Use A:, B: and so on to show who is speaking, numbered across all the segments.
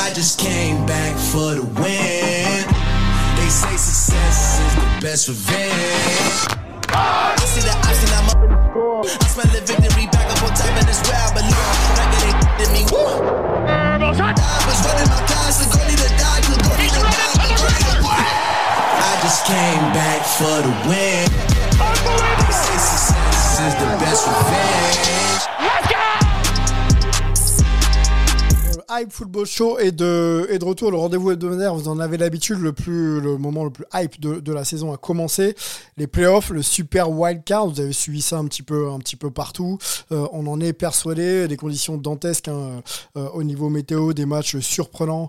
A: I just came back for the win. They say success is the best revenge. I see the option, I'm up in the score. I smell the victory back up on top of this where I belong. Like it ain't in me. I was running my class, the goalie to die, the goalie to die, the goalie to die. I just came back for the win. They say success is the best revenge.
B: Hype Football Show est de retour. Le rendez-vous hebdomadaire, vous en avez l'habitude, le moment le plus hype de la saison a commencé. Les playoffs, le super wild card, vous avez suivi ça un petit peu partout. On en est persuadé, des conditions dantesques au niveau météo, des matchs surprenants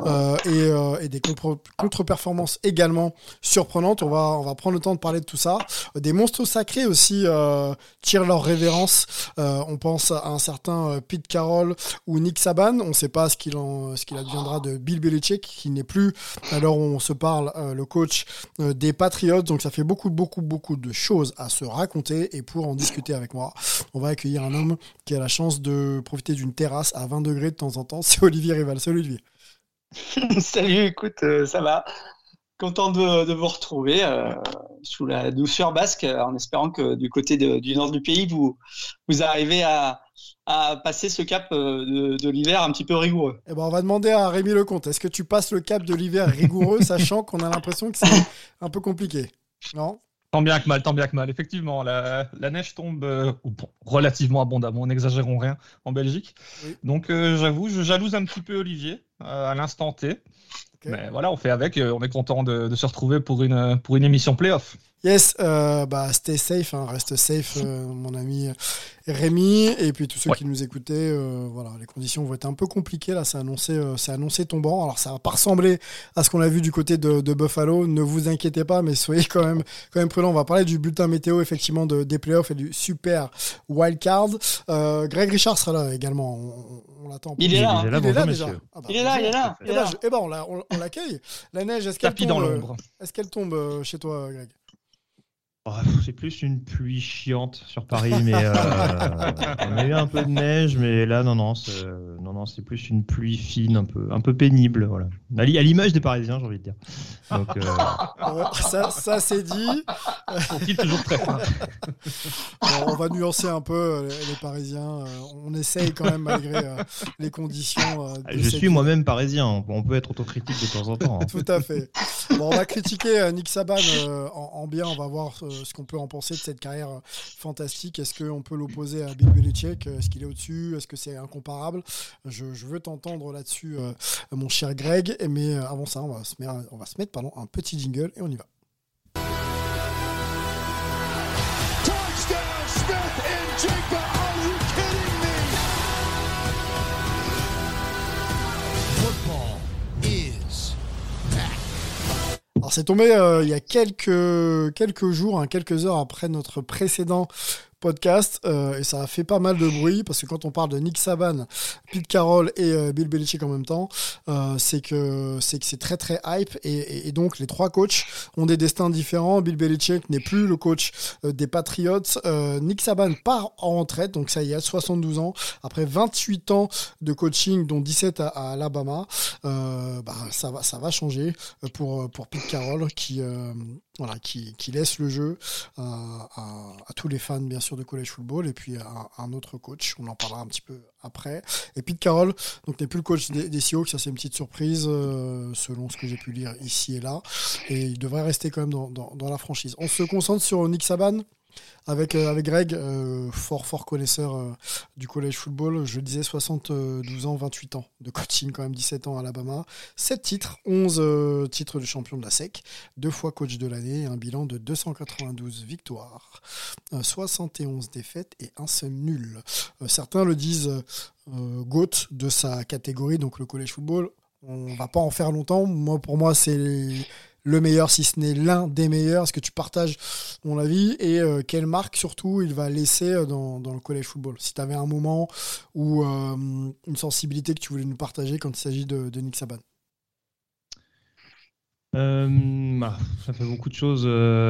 B: et des contre-performances également surprenantes. On va prendre le temps de parler de tout ça. Des monstres sacrés aussi tirent leur révérence. On pense à un certain Pete Carroll ou Nick Saban. On sait pas ce qu'il adviendra de Bill Belichick, qui n'est plus, alors on se parle, le coach des Patriots. Donc ça fait beaucoup de choses à se raconter. Et pour en discuter avec moi, on va accueillir un homme qui a la chance de profiter d'une terrasse à 20 degrés de temps en temps. C'est Olivier Rival. Salut Olivier.
C: Salut, écoute, ça va. Content de vous retrouver sous la douceur basque, en espérant que du côté du nord du pays, vous arrivez à passer ce cap de l'hiver un petit peu rigoureux.
B: Eh ben, on va demander à Rémi Lecomte, est-ce que tu passes le cap de l'hiver rigoureux, sachant qu'on a l'impression que c'est un peu compliqué, non ?
D: Tant bien que mal. Effectivement, la neige tombe relativement abondamment, n'exagérons rien, en Belgique. Oui. Donc j'avoue, je jalouse un petit peu Olivier à l'instant T. Okay. Mais voilà, on fait avec, on est content de se retrouver pour une émission play-off.
B: Yes, stay safe, reste safe, mon ami Rémi, et puis tous ceux qui nous écoutaient, voilà, les conditions vont être un peu compliquées là, c'est annoncé tombant. Alors ça va pas ressembler à ce qu'on a vu du côté de Buffalo, ne vous inquiétez pas, mais soyez quand même prudents. On va parler du bulletin météo effectivement des playoffs et du super wild card. Greg Richard sera là également, on l'attend.
C: Il est là
B: déjà.
C: Il est là.
B: On l'accueille. La neige, est-ce qu'elle tombe chez toi, Greg?
E: Oh, c'est plus une pluie chiante sur Paris, mais on a eu un peu de neige, mais là non, c'est plus une pluie fine, un peu pénible, voilà. À l'image des Parisiens, j'ai envie de dire. Donc,
B: bon, ça c'est dit.
D: Sont-ils toujours prêts?
B: Bon, on va nuancer un peu les Parisiens. On essaye quand même malgré les conditions.
E: Je suis moi-même parisien. On peut être autocritique de temps en temps. Hein.
B: Tout à fait. Bon, on va critiquer Nick Saban en bien. On va voir ce qu'on peut en penser de cette carrière fantastique. Est-ce qu'on peut l'opposer à Bill Belichick? Est-ce qu'il est au-dessus? Est-ce que c'est incomparable? Je veux t'entendre là-dessus, mon cher Greg. Mais avant ça, on va se mettre un petit jingle et on y va.
F: Touchdown Smith and Jigba, are you kidding me? Football is back.
B: Alors c'est tombé il y a quelques jours, quelques heures après notre précédent podcast, et ça a fait pas mal de bruit parce que quand on parle de Nick Saban, Pete Carroll et Bill Belichick en même temps, c'est que c'est très très hype et donc les trois coachs ont des destins différents. Bill Belichick n'est plus le coach des Patriots. Nick Saban part en retraite, donc ça y est, 72 ans après 28 ans de coaching, dont 17 à Alabama. Ça va changer pour Pete Carroll qui laisse le jeu à tous les fans bien sûr de college football, et puis un autre coach, on en parlera un petit peu après. Et Pete Carroll donc n'est plus le coach des Seahawks, ça c'est une petite surprise selon ce que j'ai pu lire ici et là, et il devrait rester quand même dans la franchise. On se concentre sur Nick Saban avec Greg, fort connaisseur du college football. Je disais 72 ans, 28 ans de coaching, quand même 17 ans à Alabama, 7 titres, 11 titres de champion de la SEC, 2 fois coach de l'année, un bilan de 292 victoires, 71 défaites et un seul nul. Certains le disent GOAT de sa catégorie, donc le college football. On va pas en faire longtemps. Pour moi, c'est le meilleur, si ce n'est l'un des meilleurs. Est-ce que tu partages mon avis? Et quelle marque, surtout, il va laisser dans le college football? Si tu avais un moment ou une sensibilité que tu voulais nous partager quand il s'agit de Nick Saban.
E: Ça fait beaucoup de choses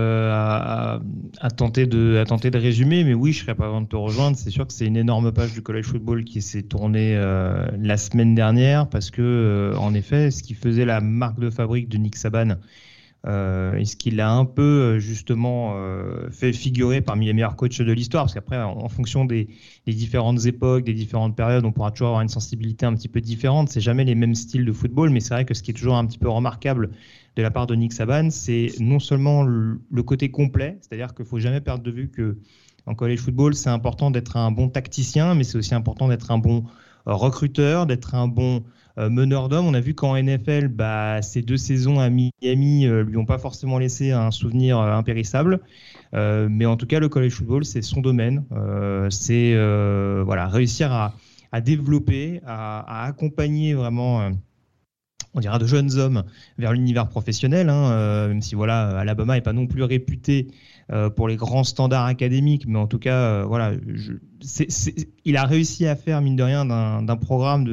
E: à tenter de résumer, mais oui, je serais pas avant de te rejoindre. C'est sûr que c'est une énorme page du college football qui s'est tournée la semaine dernière parce que, en effet, ce qui faisait la marque de fabrique de Nick Saban et ce qui l'a un peu justement fait figurer parmi les meilleurs coachs de l'histoire, parce qu'après, en fonction des différentes époques, des différentes périodes, on pourra toujours avoir une sensibilité un petit peu différente. C'est jamais les mêmes styles de football, mais c'est vrai que ce qui est toujours un petit peu remarquable de la part de Nick Saban, c'est non seulement le côté complet, c'est-à-dire qu'il ne faut jamais perdre de vue que en college football, c'est important d'être un bon tacticien, mais c'est aussi important d'être un bon recruteur, d'être un bon meneur d'hommes. On a vu qu'en NFL, ces 2 saisons à Miami lui ont pas forcément laissé un souvenir impérissable. Mais en tout cas, le college football, c'est son domaine. C'est réussir à développer, à accompagner vraiment... on dira de jeunes hommes vers l'univers professionnel, même si Alabama n'est pas non plus réputé pour les grands standards académiques, mais en tout cas, il a réussi à faire, mine de rien, d'un programme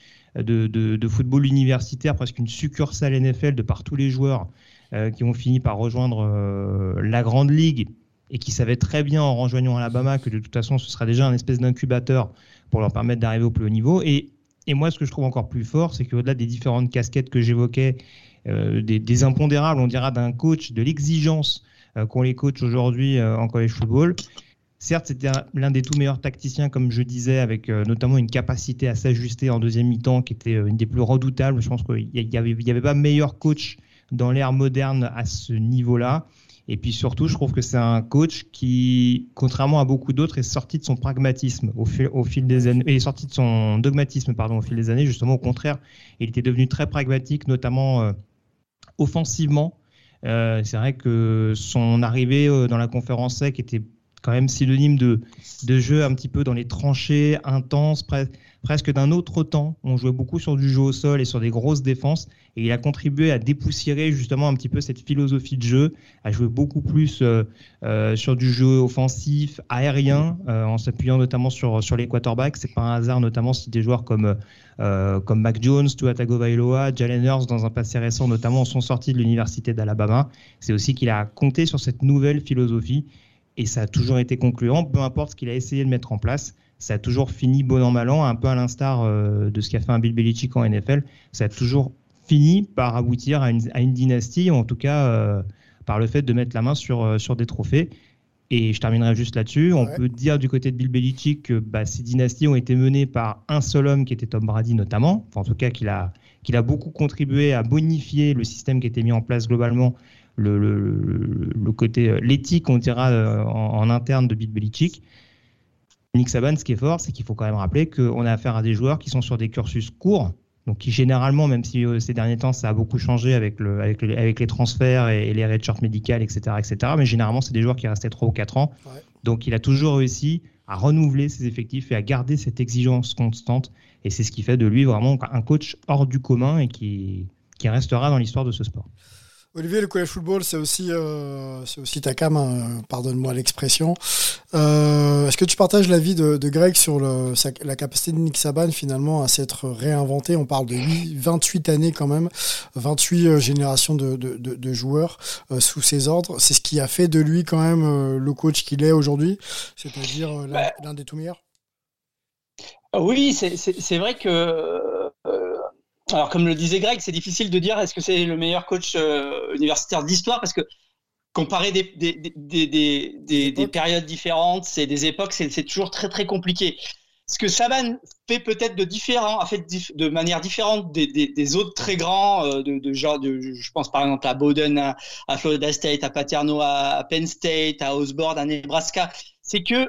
E: de football universitaire, presque une succursale NFL de par tous les joueurs qui ont fini par rejoindre la Grande Ligue et qui savaient très bien en rejoignant Alabama que de toute façon, ce serait déjà un espèce d'incubateur pour leur permettre d'arriver au plus haut niveau. Et moi, ce que je trouve encore plus fort, c'est qu'au-delà des différentes casquettes que j'évoquais, des impondérables, on dira, d'un coach, de l'exigence qu'ont les coachs aujourd'hui en college football. Certes, c'était l'un des tout meilleurs tacticiens, comme je disais, avec notamment une capacité à s'ajuster en deuxième mi-temps qui était une des plus redoutables. Je pense qu'il n'y avait pas meilleur coach dans l'ère moderne à ce niveau-là. Et puis surtout, je trouve que c'est un coach qui, contrairement à beaucoup d'autres, est sorti de son pragmatisme au fil des années, est sorti de son dogmatisme, au fil des années. Justement, au contraire, il était devenu très pragmatique, notamment offensivement. C'est vrai que son arrivée dans la conférence SEC était quand même synonyme de jeu un petit peu dans les tranchées, intense, presque d'un autre temps. On jouait beaucoup sur du jeu au sol et sur des grosses défenses, et il a contribué à dépoussiérer justement un petit peu cette philosophie de jeu, à jouer beaucoup plus sur du jeu offensif, aérien, en s'appuyant notamment sur les quarterbacks. C'est pas un hasard, notamment si des joueurs comme Mac Jones, Tua Tagovailoa, Jalen Hurts dans un passé récent notamment sont sortis de l'université d'Alabama. C'est aussi qu'il a compté sur cette nouvelle philosophie. Et ça a toujours été concluant, peu importe ce qu'il a essayé de mettre en place, ça a toujours fini bon an mal an, un peu à l'instar de ce qu'a fait un Bill Belichick en NFL. Ça a toujours fini par aboutir à une dynastie, ou en tout cas par le fait de mettre la main sur des trophées. Et je terminerai juste là-dessus. On peut dire du côté de Bill Belichick que ces dynasties ont été menées par un seul homme qui était Tom Brady notamment, en tout cas qu'il a beaucoup contribué à bonifier le système qui était mis en place globalement, le côté l'éthique, on dira, en interne de Bill Belichick. Nick Saban, ce qui est fort, c'est qu'il faut quand même rappeler qu'on a affaire à des joueurs qui sont sur des cursus courts, donc qui généralement, même si ces derniers temps ça a beaucoup changé avec les transferts et les redshirts médicales, etc., mais généralement c'est des joueurs qui restaient 3 ou 4 ans. Ouais. Donc il a toujours réussi à renouveler ses effectifs et à garder cette exigence constante, et c'est ce qui fait de lui vraiment un coach hors du commun et qui restera dans l'histoire de ce sport.
B: Olivier, le college football, c'est aussi ta cam, pardonne-moi l'expression. Est-ce que tu partages l'avis de Greg sur la capacité de Nick Saban finalement à s'être réinventé? On parle de 28 années quand même, 28 générations de joueurs sous ses ordres. C'est ce qui a fait de lui quand même le coach qu'il est aujourd'hui, c'est-à-dire l'un des tout meilleurs.
C: Oui, c'est vrai que... Alors, comme le disait Greg, c'est difficile de dire est-ce que c'est le meilleur coach universitaire d'histoire, parce que comparer des périodes différentes, c'est des époques, c'est toujours très très compliqué. Ce que Saban fait peut-être de manière différente des autres très grands, je pense par exemple à Bowden, à Florida State, à Paterno, à Penn State, à Osborne, à Nebraska. C'est que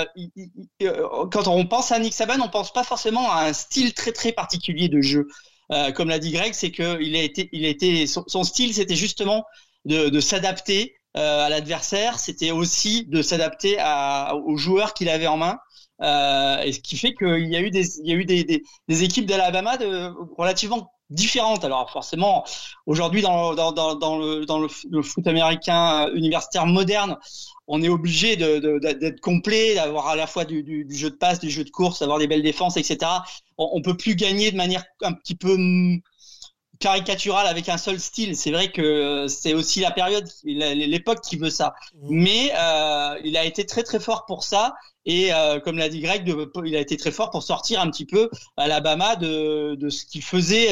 C: quand on pense à Nick Saban, on pense pas forcément à un style très très particulier de jeu. Comme l'a dit Greg, c'est que son style, c'était justement de s'adapter à l'adversaire, c'était aussi de s'adapter aux joueurs qu'il avait en main, et ce qui fait qu'il y a eu des équipes d'Alabama relativement différentes. Alors forcément, aujourd'hui dans le foot américain universitaire moderne, on est obligé d'être complet, d'avoir à la fois du jeu de passe, du jeu de course, d'avoir des belles défenses, etc. On peut plus gagner de manière un petit peu caricatural avec un seul style. C'est vrai que c'est aussi la période, l'époque qui veut ça. Mais il a été très très fort pour ça. Et comme l'a dit Greg, il a été très fort pour sortir un petit peu Alabama de ce qu'il faisait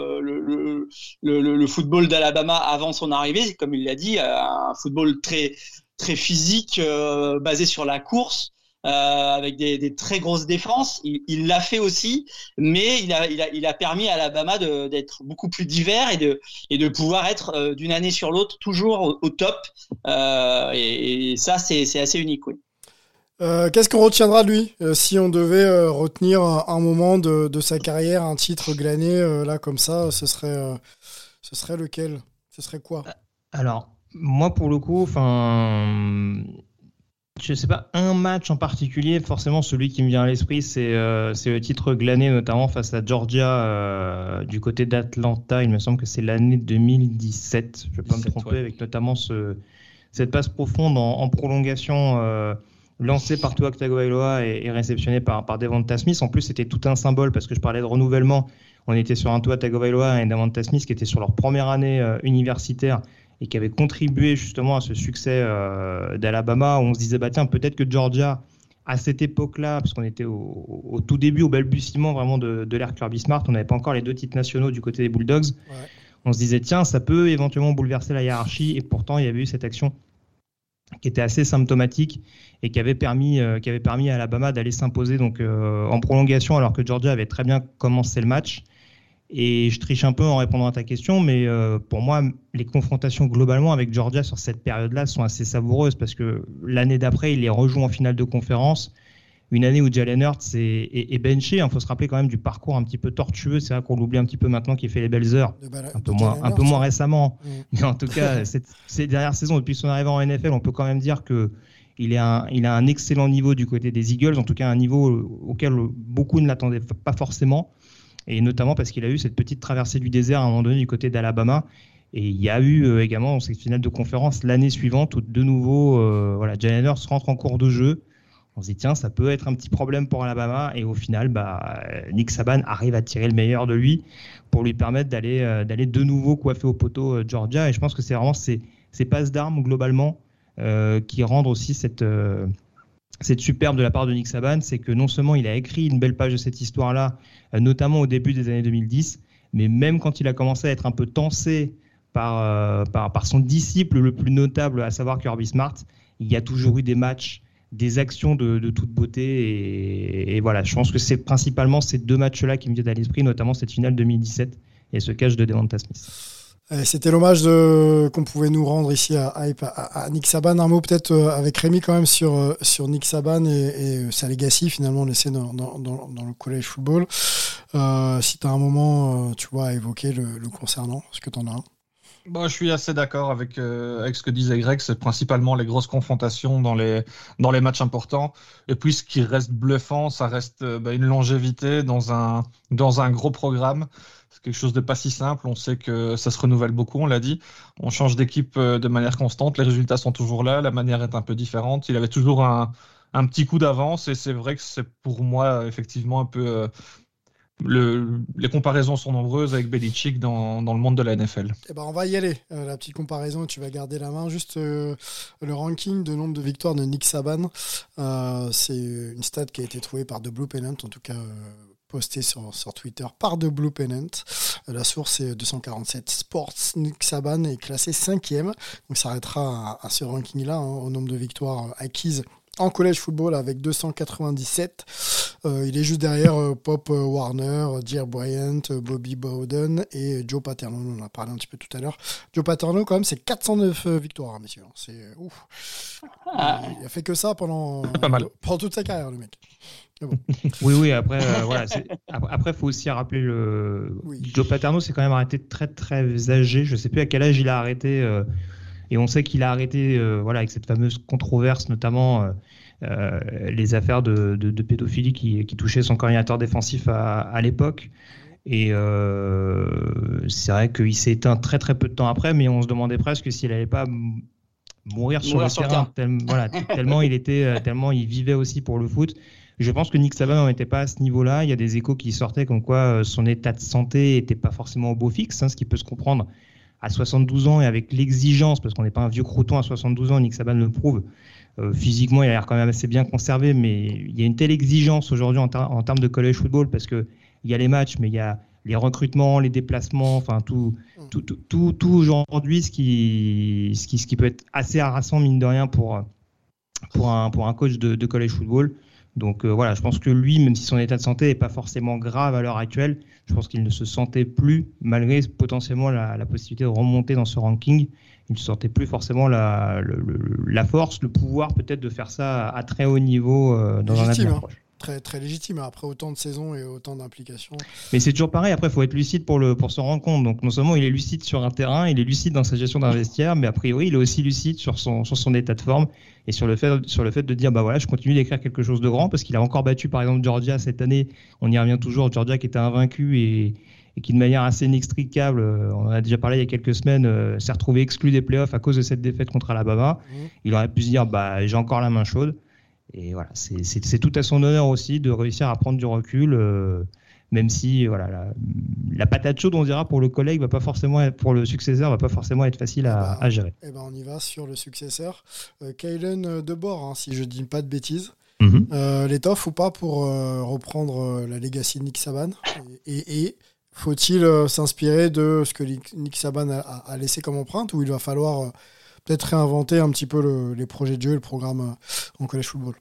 C: le football d'Alabama avant son arrivée. Comme il l'a dit, un football très très physique, basé sur la course. Avec des très grosses défenses, il l'a fait aussi, mais il a permis à Alabama d'être beaucoup plus divers et de pouvoir être d'une année sur l'autre toujours au top. Et ça, c'est assez unique, oui.
B: Qu'est-ce qu'on retiendra de lui si on devait retenir un moment de sa carrière, un titre glané là comme ça, ce serait lequel? Ce serait quoi?
E: Alors, moi pour le coup, je ne sais pas, un match en particulier, forcément celui qui me vient à l'esprit, c'est le titre glané, notamment face à Georgia du côté d'Atlanta. Il me semble que c'est l'année 2017, je ne vais pas me tromper, avec notamment cette passe profonde en prolongation lancée par Tua Tagovailoa et réceptionnée par Devonta Smith. En plus, c'était tout un symbole parce que je parlais de renouvellement. On était sur un Tua Tagovailoa et Devonta Smith qui étaient sur leur première année universitaire et qui avait contribué justement à ce succès d'Alabama, où on se disait, tiens, peut-être que Georgia, à cette époque-là, parce qu'on était au tout début, au balbutiement vraiment de l'ère Kirby Smart, on n'avait pas encore les 2 titres nationaux du côté des Bulldogs, on se disait, tiens, ça peut éventuellement bouleverser la hiérarchie, et pourtant, il y avait eu cette action qui était assez symptomatique et qui avait permis à Alabama d'aller s'imposer donc, en prolongation, alors que Georgia avait très bien commencé le match. Et je triche un peu en répondant à ta question, mais pour moi, les confrontations globalement avec Georgia sur cette période-là sont assez savoureuses parce que l'année d'après, il les rejoue en finale de conférence. Une année où Jalen Hurts est benché. Il faut se rappeler quand même du parcours un petit peu tortueux. C'est vrai qu'on l'oublie un petit peu maintenant qu'il fait les belles heures. Un peu moins récemment. Mais en tout cas, ces dernières saisons, depuis son arrivée en NFL, on peut quand même dire qu'il a un excellent niveau du côté des Eagles. En tout cas, un niveau auquel beaucoup ne l'attendaient pas forcément. Et notamment parce qu'il a eu cette petite traversée du désert à un moment donné du côté d'Alabama. Et il y a eu également dans cette finale de conférence l'année suivante où de nouveau Jalen Hurts rentre en cours de jeu. On se dit tiens, ça peut être un petit problème pour Alabama. Et au final, Nick Saban arrive à tirer le meilleur de lui pour lui permettre d'aller de nouveau coiffer au poteau Georgia. Et je pense que c'est vraiment ces passes d'armes globalement qui rendent aussi cette superbe de la part de Nick Saban, c'est que non seulement il a écrit une belle page de cette histoire-là, notamment au début des années 2010, mais même quand il a commencé à être un peu tensé par son disciple le plus notable, à savoir Kirby Smart, il y a toujours eu des matchs, des actions de toute beauté. Et voilà, je pense que c'est principalement ces 2 matchs-là qui me viennent à l'esprit, notamment cette finale 2017 et ce catch de Devonta Smith.
B: C'était l'hommage qu'on pouvait nous rendre ici à Nick Saban. Un mot peut-être avec Rémi quand même sur Nick Saban et sa legacy finalement laissée dans le college football. Si tu as un moment, tu vois, à évoquer le concernant, est-ce que tu en as un?
D: Je suis assez d'accord avec ce que disait Greg. C'est principalement les grosses confrontations dans les matchs importants. Et puis ce qui reste bluffant, ça reste une longévité dans un gros programme. C'est quelque chose de pas si simple. On sait que ça se renouvelle beaucoup, on l'a dit. On change d'équipe de manière constante. Les résultats sont toujours là. La manière est un peu différente. Il avait toujours un petit coup d'avance. Et c'est vrai que c'est pour moi effectivement un peu... les comparaisons sont nombreuses avec Belichick dans le monde de la NFL.
B: On va y aller. La petite comparaison, tu vas garder la main. Juste le ranking de nombre de victoires de Nick Saban. C'est une stat qui a été trouvée par The Blue Pennant, en tout cas postée sur Twitter par The Blue Pennant. La source est 247 Sports. Nick Saban est classé 5e. Donc ça s'arrêtera à ce ranking-là, au nombre de victoires acquises en college football avec 297. Il est juste derrière Pop Warner, Jer Bryant, Bobby Bowden et Joe Paterno. On en a parlé un petit peu tout à l'heure. Joe Paterno, quand même, c'est 409 victoires, messieurs. C'est ouf. Il a fait que ça pendant toute sa carrière, le mec. Bon.
E: Oui, après, après, il faut aussi rappeler Joe Paterno s'est quand même arrêté très, très âgé. Je ne sais plus à quel âge il a arrêté. Et on sait qu'il a arrêté avec cette fameuse controverse, notamment les affaires de pédophilie qui touchaient son coordinateur défensif à l'époque. Et c'est vrai qu'il s'est éteint très très peu de temps après, mais on se demandait presque s'il n'allait pas mourir sur le terrain. Tellement il vivait aussi pour le foot. Je pense que Nick Saban n'en était pas à ce niveau-là. Il y a des échos qui sortaient comme quoi son état de santé n'était pas forcément au beau fixe, ce qui peut se comprendre à 72 ans et avec l'exigence, parce qu'on n'est pas un vieux crouton à 72 ans, Nick Saban le prouve. Physiquement, il a l'air quand même assez bien conservé, mais il y a une telle exigence aujourd'hui en termes de college football, parce qu'il y a les matchs, mais il y a les recrutements, les déplacements, enfin tout aujourd'hui, ce qui peut être assez harassant, mine de rien, pour un coach de college football. Donc voilà, je pense que lui, même si son état de santé n'est pas forcément grave à l'heure actuelle, je pense qu'il ne se sentait plus, malgré potentiellement la possibilité de remonter dans ce ranking, il ne se sentait plus forcément la force, le pouvoir peut-être de faire ça à très haut niveau dans un avenir proche.
B: Très, très légitime, après autant de saisons et autant d'implications.
E: Mais c'est toujours pareil, après il faut être lucide pour se rendre compte. Donc non seulement il est lucide sur un terrain, il est lucide dans sa gestion d'un vestiaire, mais a priori il est aussi lucide sur son état de forme et sur le fait de dire bah voilà, je continue d'écrire quelque chose de grand, parce qu'il a encore battu par exemple Georgia cette année, on y revient toujours, Georgia qui était invaincu et qui de manière assez inextricable, on en a déjà parlé il y a quelques semaines, s'est retrouvé exclu des playoffs à cause de cette défaite contre Alabama. Il aurait pu se dire bah j'ai encore la main chaude. Et voilà, c'est tout à son honneur aussi de réussir à prendre du recul, même si voilà, la patate chaude, on dira, pour le collègue, pour le successeur, va pas forcément être facile à gérer.
B: Et ben on y va sur le successeur. Kalen DeBoer, si je dis pas de bêtises. L'étoffe ou pas pour reprendre la legacy de Nick Saban, et faut-il s'inspirer de ce que Nick Saban a laissé comme empreinte, ou il va falloir peut-être réinventer un petit peu les projets de jeu et le programme en college football?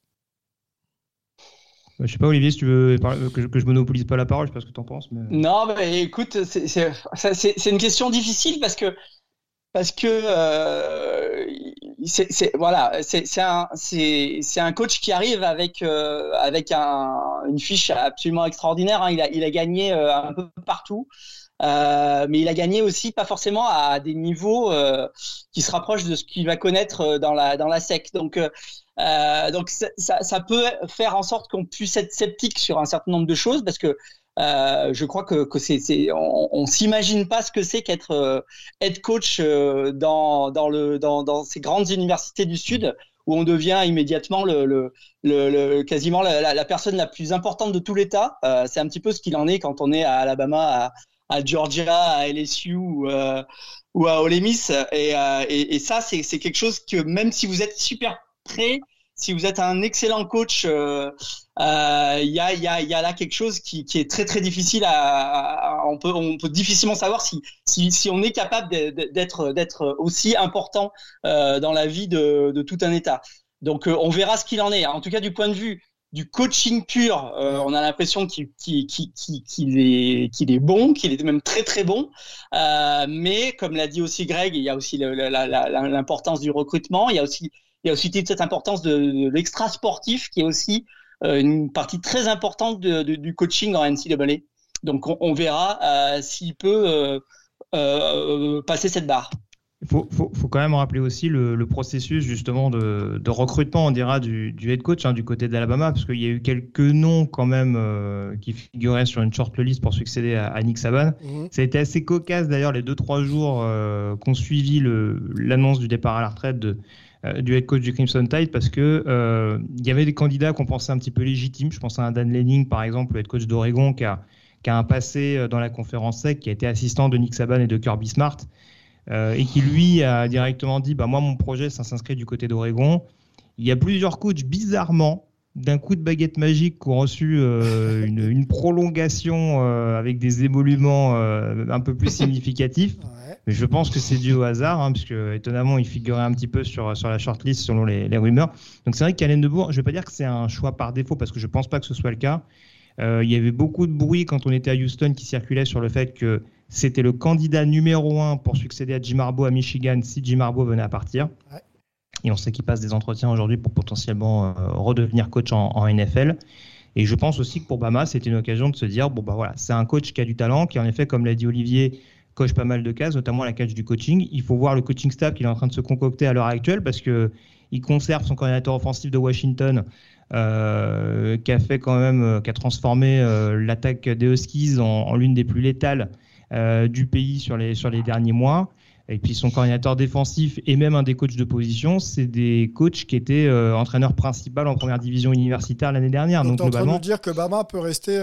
E: Je sais pas, Olivier, si tu veux que je monopolise pas la parole, je sais pas ce que tu en penses. Mais...
C: Non, mais écoute, c'est une question difficile parce que c'est un coach qui arrive avec une fiche absolument extraordinaire. Il a gagné un peu partout. Mais il a gagné aussi pas forcément à des niveaux qui se rapprochent de ce qu'il va connaître dans la SEC. Donc ça peut faire en sorte qu'on puisse être sceptique sur un certain nombre de choses, parce que je crois que on s'imagine pas ce que c'est qu'être head coach dans ces grandes universités du Sud, où on devient immédiatement quasiment la personne la plus importante de tout l'État. C'est un petit peu ce qu'il en est quand on est à Alabama, à Georgia, à LSU ou à Ole Miss, et ça c'est quelque chose que, même si vous êtes super prêt, si vous êtes un excellent coach, il y a là quelque chose qui est très très difficile on peut difficilement savoir si on est capable d'être aussi important dans la vie de tout un État. Donc on verra ce qu'il en est. En tout cas, du point de vue du coaching pur, on a l'impression qu'il est bon, qu'il est même très très bon. Mais comme l'a dit aussi Greg, il y a aussi l'importance du recrutement. Il y a aussi toute cette importance de l'extra sportif, qui est aussi une partie très importante du coaching en NCAA. Donc on verra s'il peut passer cette barre.
E: Il faut quand même rappeler aussi le processus justement de recrutement, on dira, du head coach du côté d'Alabama, parce qu'il y a eu quelques noms quand même qui figuraient sur une shortlist pour succéder à Nick Saban. Ça a été assez cocasse d'ailleurs les 2-3 jours qu'ont suivi l'annonce du départ à la retraite du head coach du Crimson Tide, parce que il y avait des candidats qu'on pensait un petit peu légitimes. Je pense à un Dan Lanning par exemple, le head coach d'Oregon, qui a un passé dans la conférence SEC, qui a été assistant de Nick Saban et de Kirby Smart. Et qui lui a directement dit moi mon projet ça s'inscrit du côté d'Oregon. Il y a plusieurs coachs bizarrement d'un coup de baguette magique qui ont reçu une prolongation avec des émoluments un peu plus significatifs. Mais je pense que c'est dû au hasard, puisque étonnamment il figurait un petit peu sur la shortlist selon les rumeurs. Donc c'est vrai qu'Kalen DeBoer, je ne vais pas dire que c'est un choix par défaut, parce que je ne pense pas que ce soit le cas. Il y avait beaucoup de bruit quand on était à Houston qui circulait sur le fait que c'était le candidat numéro 1 pour succéder à Jim Harbaugh à Michigan si Jim Harbaugh venait à partir. Ouais. Et on sait qu'il passe des entretiens aujourd'hui pour potentiellement redevenir coach en NFL. Et je pense aussi que pour Bama, c'était une occasion de se dire voilà, c'est un coach qui a du talent, qui en effet, comme l'a dit Olivier, coche pas mal de cases, notamment la case du coaching. Il faut voir le coaching staff qu'il est en train de se concocter à l'heure actuelle, parce qu'il conserve son coordinateur offensif de Washington, qui a transformé l'attaque des Huskies en l'une des plus létales du pays sur les derniers mois. Et puis son coordinateur défensif et même un des coachs de position, c'est des coachs qui étaient entraîneurs principaux en première division universitaire l'année dernière.
B: Donc,
E: Donc
B: tu es en train de
E: globalement,
B: nous dire que Bama peut rester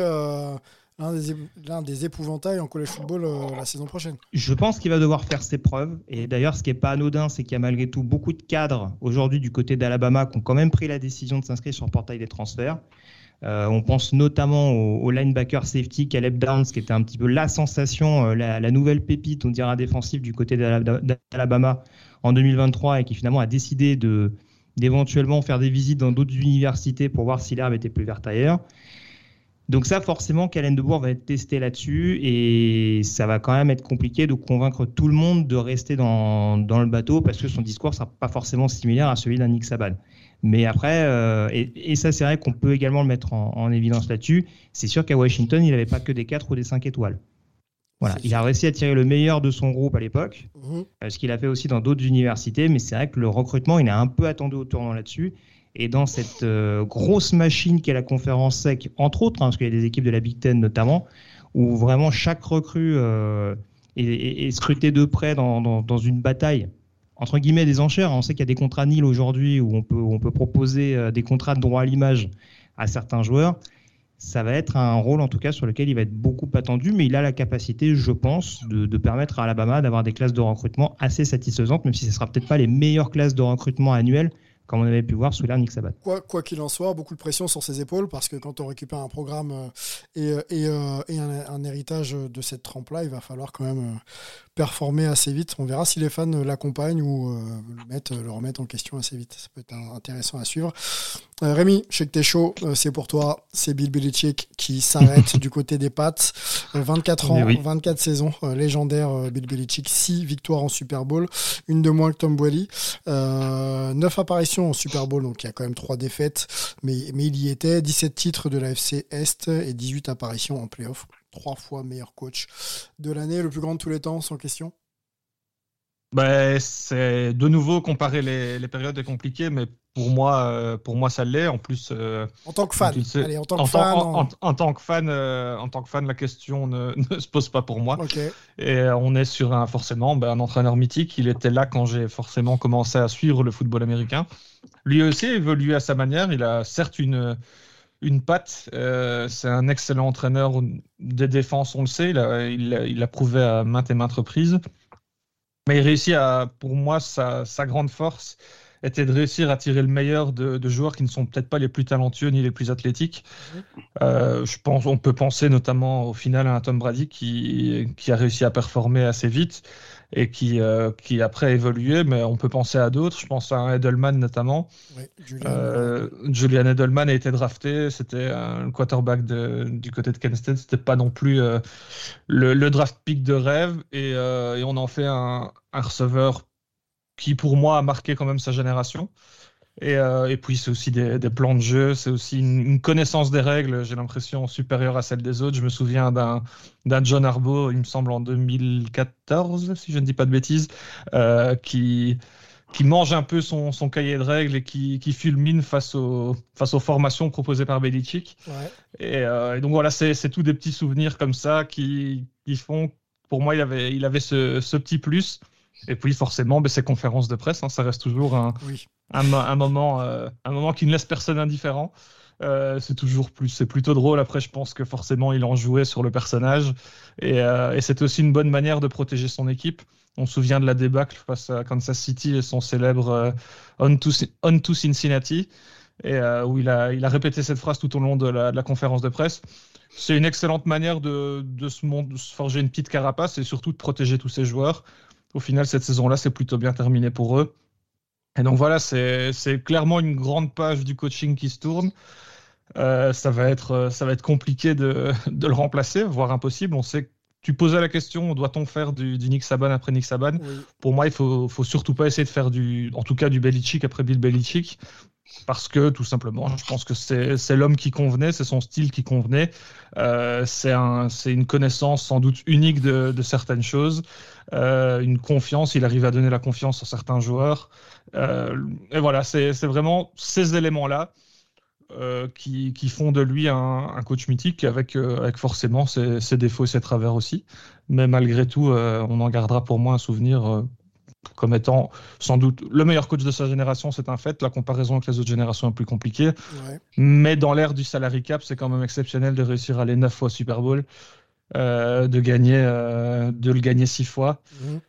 B: l'un des épouvantails en college football la saison prochaine.
E: je pense qu'il va devoir faire ses preuves. Et d'ailleurs, ce qui n'est pas anodin, c'est qu'il y a malgré tout beaucoup de cadres aujourd'hui du côté d'Alabama qui ont quand même pris la décision de s'inscrire sur le portail des transferts. On pense notamment au linebacker safety Caleb Downs, qui était un petit peu la sensation, la nouvelle pépite, on dirait, défensive du côté d'Alabama en 2023 et qui finalement a décidé d'éventuellement faire des visites dans d'autres universités pour voir si l'herbe était plus verte ailleurs. Donc ça, forcément, Kalen DeBoer va être testé là-dessus et ça va quand même être compliqué de convaincre tout le monde de rester dans le bateau parce que son discours ne sera pas forcément similaire à celui d'un Nick Saban. Mais après, et ça c'est vrai qu'on peut également le mettre en évidence là-dessus, c'est sûr qu'à Washington, il n'avait pas que des 4 ou des 5 étoiles. Voilà, il a réussi à tirer le meilleur de son groupe à l'époque, ce qu'il a fait aussi dans d'autres universités, mais c'est vrai que le recrutement, il a un peu attendu au tournant là-dessus. Et dans cette grosse machine qu'est la conférence SEC, entre autres, parce qu'il y a des équipes de la Big Ten notamment, où vraiment chaque recrue est scrutée de près dans une bataille, entre guillemets, des enchères. On sait qu'il y a des contrats nils aujourd'hui où on peut proposer des contrats de droit à l'image à certains joueurs. Ça va être un rôle, en tout cas, sur lequel il va être beaucoup attendu, mais il a la capacité, je pense, de permettre à Alabama d'avoir des classes de recrutement assez satisfaisantes, même si ce ne sera peut-être pas les meilleures classes de recrutement annuelles, comme on avait pu voir sous l'ère Nick Saban.
B: Quoi qu'il en soit, beaucoup de pression sur ses épaules, parce que quand on récupère un programme et un héritage de cette trempe-là, il va falloir quand même performer assez vite. On verra si les fans l'accompagnent ou le remettent en question assez vite. Ça peut être intéressant à suivre. Rémi, je sais que t'es chaud, c'est pour toi. C'est Bill Belichick qui s'arrête du côté des Pats. 24 ans, 24 saisons, légendaire Bill Belichick, 6 victoires en Super Bowl, une de moins que Tom Brady, 9 apparitions en Super Bowl, donc il y a quand même 3 défaites, mais il y était, 17 titres de l'AFC Est et 18 apparitions en play-off. 3 fois meilleur coach de l'année, le plus grand de tous les temps, sans question.
D: C'est de nouveau comparer les périodes est compliqué, mais pour moi ça l'est. En plus,
B: en tant que fan,
D: en tant que fan, la question ne se pose pas pour moi.
B: Okay.
D: Et on est sur forcément un entraîneur mythique. Il était là quand j'ai forcément commencé à suivre le football américain. Lui aussi a évolué à sa manière. Il a certes une patte. C'est un excellent entraîneur des défenses, on le sait. Il l'a prouvé à maintes et maintes reprises. Mais il réussit pour moi, sa grande force était de réussir à tirer le meilleur de joueurs qui ne sont peut-être pas les plus talentueux ni les plus athlétiques. On peut penser notamment au final à un Tom Brady qui a réussi à performer assez vite et qui après a évolué, mais on peut penser à d'autres. Je pense à un Edelman notamment.
B: Oui,
D: Julian Edelman a été drafté, c'était un quarterback du côté de Kent State, c'était pas non plus le draft pick de rêve, et on en fait un receveur qui pour moi a marqué quand même sa génération. Et puis c'est aussi des plans de jeu, c'est aussi une connaissance des règles, j'ai l'impression, supérieure à celle des autres. Je me souviens d'un John Harbaugh, il me semble en 2014, si je ne dis pas de bêtises, qui mange un peu son cahier de règles et qui fulmine face aux formations proposées par Belichick.
B: Ouais.
D: Et donc voilà, c'est tous des petits souvenirs comme ça qui font, pour moi, il avait ce petit plus. Et puis forcément, ces conférences de presse, ça reste toujours un moment qui ne laisse personne indifférent. C'est plutôt drôle. Après, je pense que forcément, il en jouait sur le personnage. Et c'est aussi une bonne manière de protéger son équipe. On se souvient de la débâcle face à Kansas City et son célèbre On to Cincinnati, et où il a répété cette phrase tout au long de la conférence de presse. C'est une excellente manière de se forger une petite carapace et surtout de protéger tous ses joueurs. Au final, cette saison-là, c'est plutôt bien terminé pour eux. Et donc voilà, c'est clairement une grande page du coaching qui se tourne. Ça va être compliqué de le remplacer, voire impossible. On sait que tu posais la question, doit-on faire du Nick Saban après Nick Saban ? Oui. Pour moi, il faut surtout pas essayer de faire du Belichick après Bill Belichick, parce que tout simplement, je pense que c'est l'homme qui convenait, c'est son style qui convenait. C'est une connaissance sans doute unique de certaines choses, une confiance. Il arrive à donner la confiance à certains joueurs. Et voilà, c'est vraiment ces éléments-là qui font de lui un coach mythique, avec forcément ses défauts et ses travers aussi. Mais malgré tout, on en gardera pour moi un souvenir comme étant sans doute le meilleur coach de sa génération, c'est un fait. La comparaison avec les autres générations est plus compliquée.
B: Ouais.
D: Mais dans l'ère du salary cap, c'est quand même exceptionnel de réussir à aller 9 fois au Super Bowl, de le gagner 6 fois,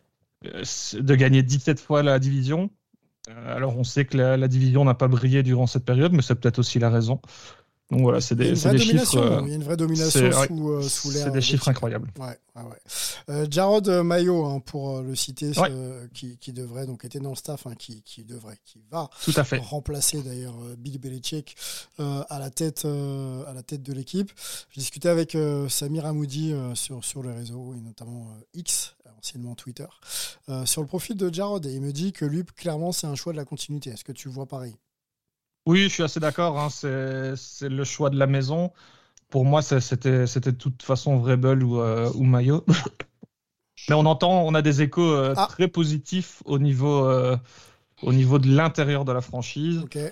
D: de gagner 17 fois la division. Alors on sait que la division n'a pas brillé durant cette période, mais c'est peut-être aussi la raison. Donc voilà, c'est des chiffres.
B: Il y a une vraie domination sous l'ère.
D: C'est des chiffres incroyables.
B: Ouais. Jarrod Mayo, pour le citer, qui devrait, donc était dans le staff, qui va
D: tout à fait
B: remplacer d'ailleurs Bill Belichick à la tête de l'équipe. J'ai discuté avec Samir Hamoudi sur les réseaux et notamment X, anciennement Twitter, sur le profil de Jarrod, et il me dit que lui, clairement, c'est un choix de la continuité. Est-ce que tu vois pareil?
D: Oui, je suis assez d'accord. C'est le choix de la maison. Pour moi, c'était de toute façon Vrabel ou Mayo. Mais on a des échos très positifs au niveau de l'intérieur de la franchise.
B: Okay.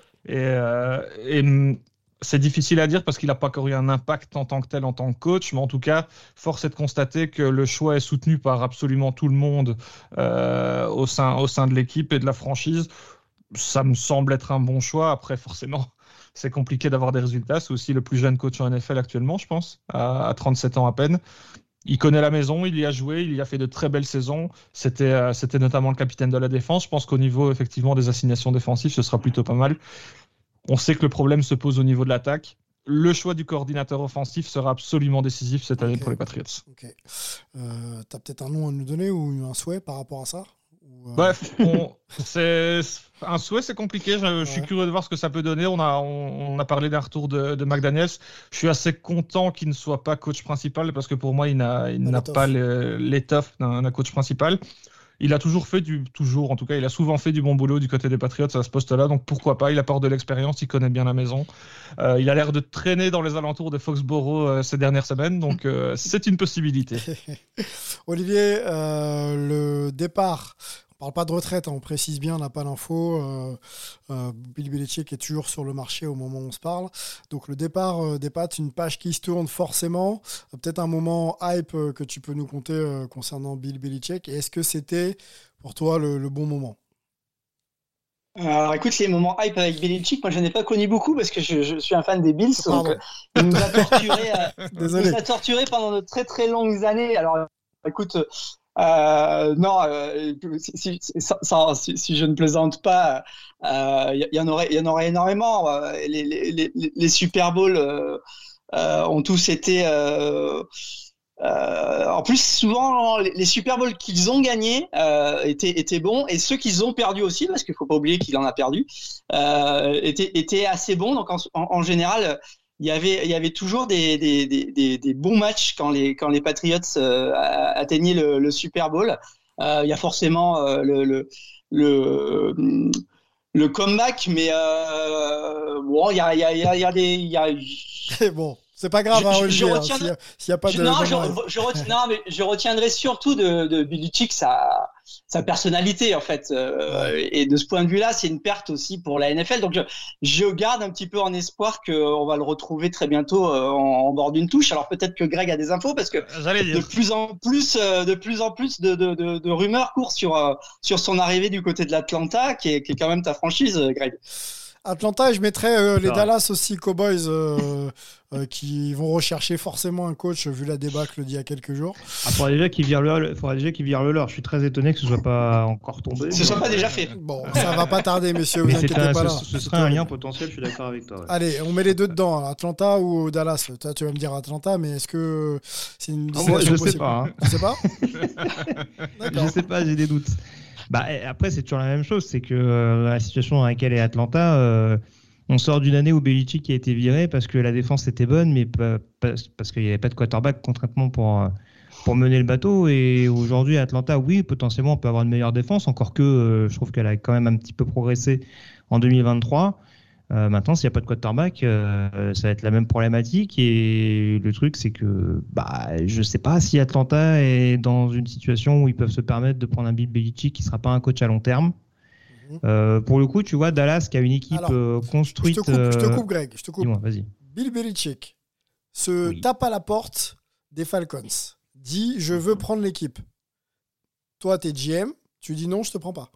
D: Et c'est difficile à dire parce qu'il n'a pas encore eu un impact en tant que tel, en tant que coach. Mais en tout cas, force est de constater que le choix est soutenu par absolument tout le monde au sein de l'équipe et de la franchise. Ça me semble être un bon choix. Après, forcément, c'est compliqué d'avoir des résultats. C'est aussi le plus jeune coach en NFL actuellement, je pense, à 37 ans à peine. Il connaît la maison, il y a joué, il y a fait de très belles saisons. C'était notamment le capitaine de la défense. Je pense qu'au niveau, effectivement, des assignations défensives, ce sera plutôt pas mal. On sait que le problème se pose au niveau de l'attaque. Le choix du coordinateur offensif sera absolument décisif cette année pour les Patriots.
B: Okay. T'as peut-être un nom à nous donner ou un souhait par rapport à ça?
D: Bref, c'est un souhait, c'est compliqué. Je suis curieux de voir ce que ça peut donner. On a parlé d'un retour de McDaniels. Je suis assez content qu'il ne soit pas coach principal parce que pour moi, il n'a pas l'étoffe d'un coach principal. Il a il a souvent fait du bon boulot du côté des Patriots à ce poste-là. Donc pourquoi pas? Il apporte de l'expérience, il connaît bien la maison. Il a l'air de traîner dans les alentours de Foxborough ces dernières semaines. Donc c'est une possibilité.
B: Olivier, le départ. On ne parle pas de retraite, on précise bien, on n'a pas l'info. Bill Belichick est toujours sur le marché au moment où on se parle. Donc le départ des Pats, une page qui se tourne forcément. Peut-être un moment hype que tu peux nous conter concernant Bill Belichick. Et est-ce que c'était pour toi le bon moment?
C: Alors écoute, les moments hype avec Belichick, moi je n'en ai pas connu beaucoup parce que je suis un fan des Bills. Donc, il nous a torturé pendant de très très longues années. Alors écoute... si je ne plaisante pas, il y en aurait énormément. Les Super Bowls ont tous été. En plus, souvent, les Super Bowls qu'ils ont gagnés étaient bons, et ceux qu'ils ont perdus aussi, parce qu'il faut pas oublier qu'il en a perdu, étaient assez bons. Donc en général. Il y avait toujours des bons matchs quand les Patriots atteignaient le Super Bowl. Il y a forcément le comeback, mais bon, il y a des
B: bon. C'est pas grave, Olivier, s'il n'y a pas de...
C: je retiendrai surtout de Belichick sa personnalité, en fait. Et de ce point de vue-là, c'est une perte aussi pour la NFL. Donc, je garde un petit peu en espoir qu'on va le retrouver très bientôt en bord d'une touche. Alors, peut-être que Greg a des infos, parce que de plus en plus de rumeurs courent sur son arrivée du côté de l'Atlanta, qui est quand même ta franchise, Greg.
B: Atlanta, et je mettrais les Dallas aussi, Cowboys, qui vont rechercher forcément un coach vu la débâcle d'il y a quelques jours.
E: Il faudra déjà qu'ils virent le leur. Je suis très étonné que ce ne soit pas encore tombé.
C: Ce ne soit pas déjà fait.
B: Bon, ça va pas tarder, messieurs, vous inquiétez pas là.
E: Ce serait un lien potentiel, je suis d'accord avec toi. Ouais.
B: Allez, on met les deux dedans, Atlanta ou Dallas. Toi, tu vas me dire Atlanta, mais est-ce que c'est une destination possible?
E: Je sais pas.
B: Tu sais pas?
E: D'accord. Je sais pas, j'ai des doutes. Après, c'est toujours la même chose. C'est que la situation dans laquelle est Atlanta, on sort d'une année où Belichick a été viré parce que la défense était bonne, mais parce qu'il n'y avait pas de quarterback concrètement pour mener le bateau. Et aujourd'hui, à Atlanta, oui, potentiellement, on peut avoir une meilleure défense, encore que je trouve qu'elle a quand même un petit peu progressé en 2023. Maintenant, s'il n'y a pas de quarterback, ça va être la même problématique. Et le truc, c'est que je ne sais pas si Atlanta est dans une situation où ils peuvent se permettre de prendre un Bill Belichick qui ne sera pas un coach à long terme. Pour le coup, tu vois, Dallas qui a une équipe construite...
B: Je te coupe, Greg. Je te coupe.
E: Dis-moi, vas-y.
B: Bill Belichick tape à la porte des Falcons. Dit, je veux prendre l'équipe. Toi, t'es GM. Tu dis non, je te prends pas.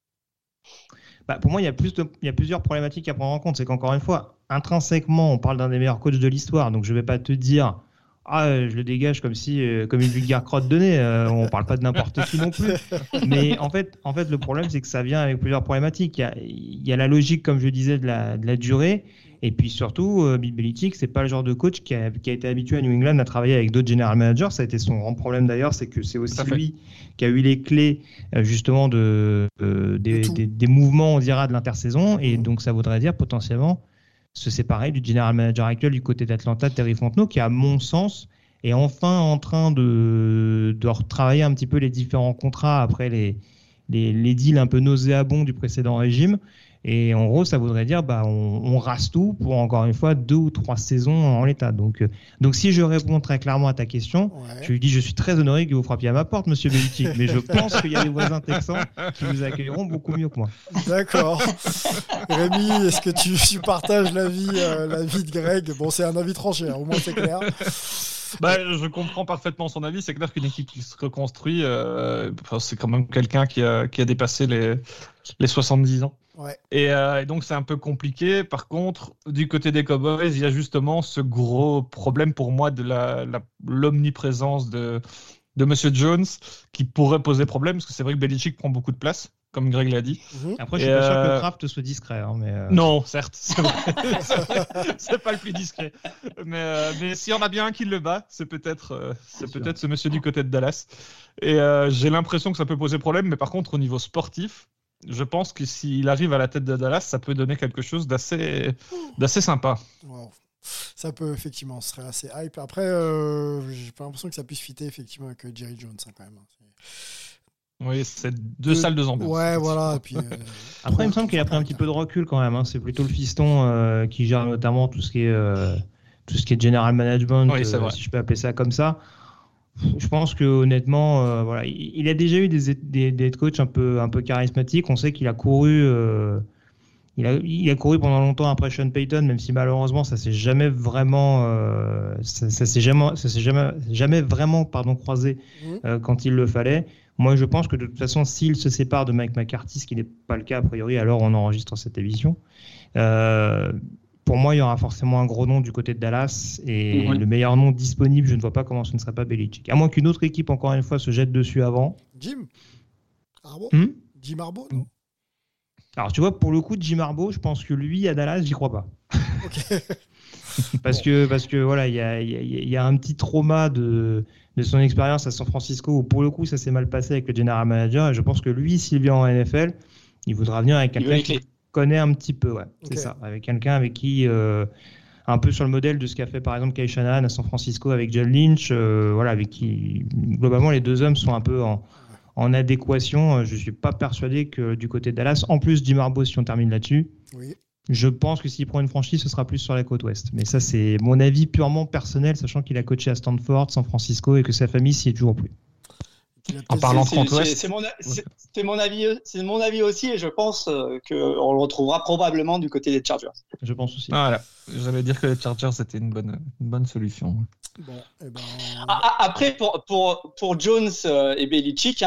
E: Pour moi, il y a plusieurs problématiques à prendre en compte. C'est qu'encore une fois, intrinsèquement, on parle d'un des meilleurs coachs de l'histoire. Donc, je ne vais pas te dire je le dégage comme une vulgaire crotte de nez. On ne parle pas de n'importe qui non plus. Mais en fait, le problème, c'est que ça vient avec plusieurs problématiques. Il y a la logique, comme je disais, de la durée. Et puis surtout, Bill Belichick, c'est pas le genre de coach qui a été habitué à New England à travailler avec d'autres general managers. Ça a été son grand problème d'ailleurs, c'est que c'est aussi lui qui a eu les clés justement des mouvements, on dira, de l'intersaison. Et donc ça voudrait dire potentiellement se séparer du general manager actuel du côté d'Atlanta, Terry Fontenot, qui à mon sens est enfin en train de retravailler un petit peu les différents contrats après les deals un peu nauséabonds du précédent régime. Et en gros, ça voudrait dire on rase tout pour encore une fois 2 ou 3 saisons en l'état. Donc si je réponds très clairement à ta question, je lui dis je suis très honoré que vous frappiez à ma porte, monsieur Belichick, mais je pense qu'il y a des voisins texans qui vous accueilleront beaucoup mieux que moi.
B: D'accord. Rémi, est-ce que tu partages l'avis de Greg? Bon, c'est un avis tranché, au moins c'est clair.
D: Je comprends parfaitement son avis. C'est clair qu'une équipe qui se reconstruit, c'est quand même quelqu'un qui a dépassé les 70 ans.
B: Ouais.
D: Et donc c'est un peu compliqué. Par contre, du côté des Cowboys, il y a justement ce gros problème pour moi de l'omniprésence de Monsieur Jones qui pourrait poser problème, parce que c'est vrai que Belichick prend beaucoup de place, comme Greg l'a dit.
E: Après, je suis pas sûr que Kraft soit discret.
D: Non, certes, c'est vrai. C'est pas le plus discret. Mais s'il y en a bien un qui le bat, c'est peut-être ce monsieur du côté de Dallas. Et j'ai l'impression que ça peut poser problème, mais par contre, au niveau sportif, je pense que s'il arrive à la tête de Dallas, ça peut donner quelque chose d'assez sympa.
B: Wow. Ça peut effectivement, ce serait assez hype. Après, j'ai pas l'impression que ça puisse fitter effectivement avec Jerry Jones quand même.
D: Oui, c'est deux salles, deux ambiances.
B: Ouais, voilà. Et puis,
E: après, il me semble qu'il a pris un petit peu de recul quand même. C'est plutôt le fiston qui gère notamment tout ce qui est general management, si je peux appeler ça comme ça. Je pense que honnêtement, il a déjà eu des head coachs un peu charismatiques. On sait qu'il a couru, il a couru pendant longtemps après Sean Payton, même si malheureusement ça s'est jamais vraiment, croisé quand il le fallait. Moi, je pense que de toute façon, s'il se sépare de Mike McCarthy, ce qui n'est pas le cas a priori, alors on enregistre cette émission. Pour moi, il y aura forcément un gros nom du côté de Dallas et le meilleur nom disponible, je ne vois pas comment ce ne serait pas Belichick. À moins qu'une autre équipe, encore une fois, se jette dessus avant.
B: Jim Harbaugh, non?
E: Alors, tu vois, pour le coup, Jim Harbaugh, je pense que lui, à Dallas, j'y crois pas.
B: Ok.
E: Parce que voilà, il y a un petit trauma de son expérience à San Francisco où, pour le coup, ça s'est mal passé avec le general manager. Et je pense que lui, s'il vient en NFL, il voudra venir avec quelqu'un qui connaît un petit peu, c'est ça, avec quelqu'un avec qui, un peu sur le modèle de ce qu'a fait par exemple Kyle Shanahan à San Francisco avec John Lynch, avec qui globalement les deux hommes sont un peu en adéquation. Je suis pas persuadé que du côté de Dallas, en plus Jim Harbaugh, si on termine là-dessus, je pense que s'il prend une franchise, ce sera plus sur la côte ouest. Mais ça, c'est mon avis purement personnel, sachant qu'il a coaché à Stanford, San Francisco et que sa famille s'y est toujours plus.
D: En parlant de côte ouest,
C: c'est mon avis aussi, et je pense qu'on le retrouvera probablement du côté des Chargers.
E: Je pense aussi.
D: Voilà, j'allais dire que les Chargers c'était une bonne solution.
B: Bon,
C: Après, pour Jones et Belichick,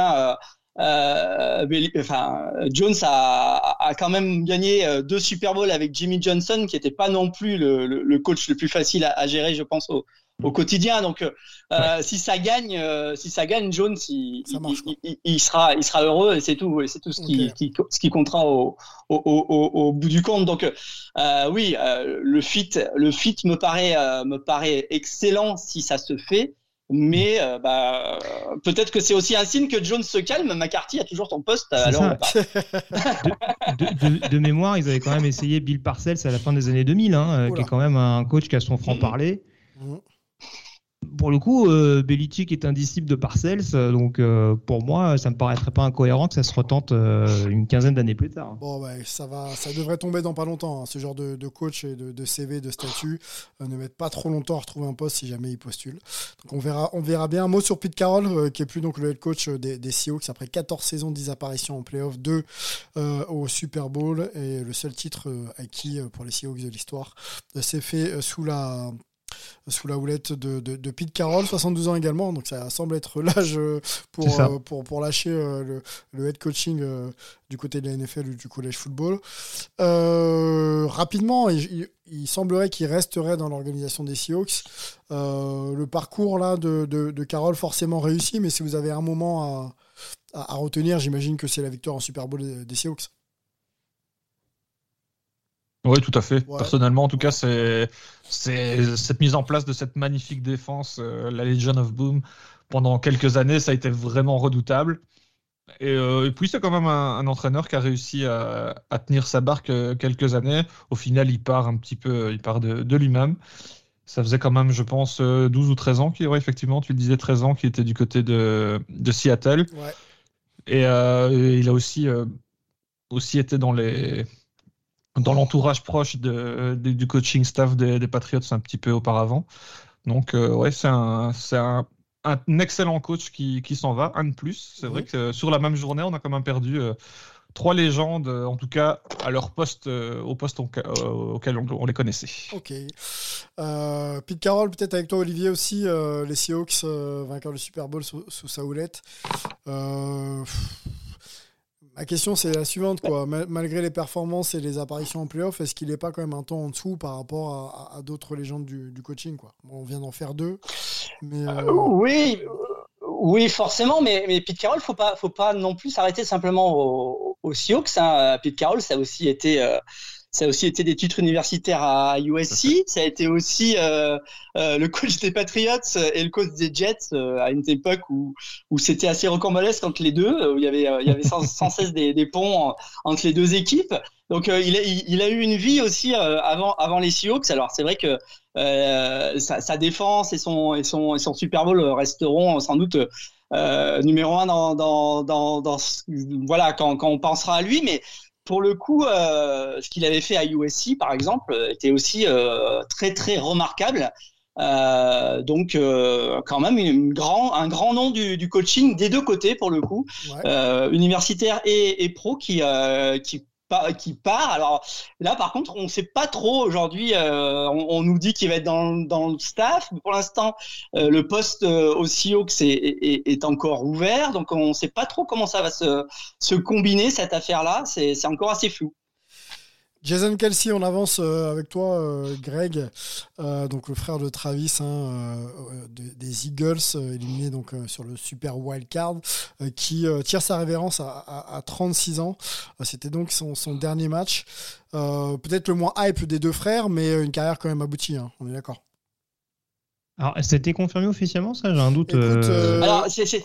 C: Jones a quand même gagné 2 Super Bowls avec Jimmy Johnson, qui n'était pas non plus le coach le plus facile à gérer, je pense, au quotidien. Donc, si ça gagne, Jones, il sera heureux, et c'est tout ce qui comptera au bout du compte. Donc, le fit me paraît excellent si ça se fait. Mais peut-être que c'est aussi un signe que Jones se calme. McCarthy a toujours ton poste.
E: De mémoire, ils avaient quand même essayé Bill Parcells à la fin des années 2000, qui est quand même un coach qui a son franc-parler. Pour le coup, Belichick est un disciple de Parcells, donc pour moi, ça me paraîtrait pas incohérent que ça se retente une quinzaine d'années plus tard.
B: Bon, ça devrait tomber dans pas longtemps. Ce genre de coach et de CV, de statut, ne mettent pas trop longtemps à retrouver un poste si jamais ils postulent. Donc on verra bien. Un mot sur Pete Carroll, qui est plus donc le head coach des Seahawks après 14 saisons, 10 apparitions en playoff, 2 au Super Bowl, et le seul titre acquis pour les Seahawks de l'histoire s'est fait sous la sous la houlette de Pete Carroll, 62 ans également, donc ça semble être l'âge pour lâcher le head coaching du côté de la NFL ou du college football. Rapidement, il semblerait qu'il resterait dans l'organisation des Seahawks. Le parcours là de Carroll forcément réussi, mais si vous avez un moment à retenir, j'imagine que c'est la victoire en Super Bowl des Seahawks.
D: Oui, tout à fait.
B: Ouais.
D: Personnellement, en tout cas, c'est cette mise en place de cette magnifique défense, la Legion of Boom, pendant quelques années, ça a été vraiment redoutable. Et puis, c'est quand même un entraîneur qui a réussi à tenir sa barque quelques années. Au final, il part de lui-même. Ça faisait quand même, je pense, 12 ou 13 ans effectivement, tu le disais, 13 ans, qu'il était du côté de Seattle.
B: Ouais.
D: Et il a aussi été dans l'entourage proche du coaching staff des Patriots un petit peu auparavant. Donc, c'est un excellent coach qui s'en va, un de plus. C'est vrai que sur la même journée, on a quand même perdu 3 légendes, en tout cas à leur poste, au poste auquel on les connaissait.
B: Ok. Pete Carroll, peut-être avec toi, Olivier, aussi, les Seahawks, vainqueurs du Super Bowl sous sa houlette. Ma question, c'est la suivante, quoi. Malgré les performances et les apparitions en playoff, est-ce qu'il n'est pas quand même un temps en dessous par rapport à d'autres légendes du coaching, quoi? Bon, on vient d'en faire 2. Mais
C: Oui, forcément, mais Pete Carroll, faut pas non plus s'arrêter simplement aux Seahawks. Hein. Pete Carroll, ça a aussi été des titres universitaires à USC. Ça a été aussi le coach des Patriots et le coach des Jets à une époque où c'était assez rocambolesque entre les deux, où il y avait sans cesse des ponts entre les deux équipes. Donc il a eu une vie aussi avant les Seahawks. Alors c'est vrai que sa défense et son Super Bowl resteront sans doute numéro 1 dans voilà quand on pensera à lui, mais pour le coup, ce qu'il avait fait à USC, par exemple, était aussi très très remarquable. Donc quand même un grand nom du coaching des deux côtés pour le coup, universitaire et pro qui part. Alors là, par contre, on ne sait pas trop aujourd'hui. On nous dit qu'il va être dans le staff. Mais pour l'instant, le poste au Seahawks est encore ouvert. Donc, on ne sait pas trop comment ça va se combiner, cette affaire-là. C'est encore assez flou.
B: Jason Kelce, on avance avec toi, Greg, donc le frère de Travis, des Eagles, éliminé donc sur le Super Wildcard, qui tire sa révérence à 36 ans. C'était donc son dernier match. Peut-être le moins hype des deux frères, mais une carrière quand même aboutie, hein, on est d'accord.
E: Alors, c'était confirmé officiellement, ça? J'ai un doute.
C: Alors,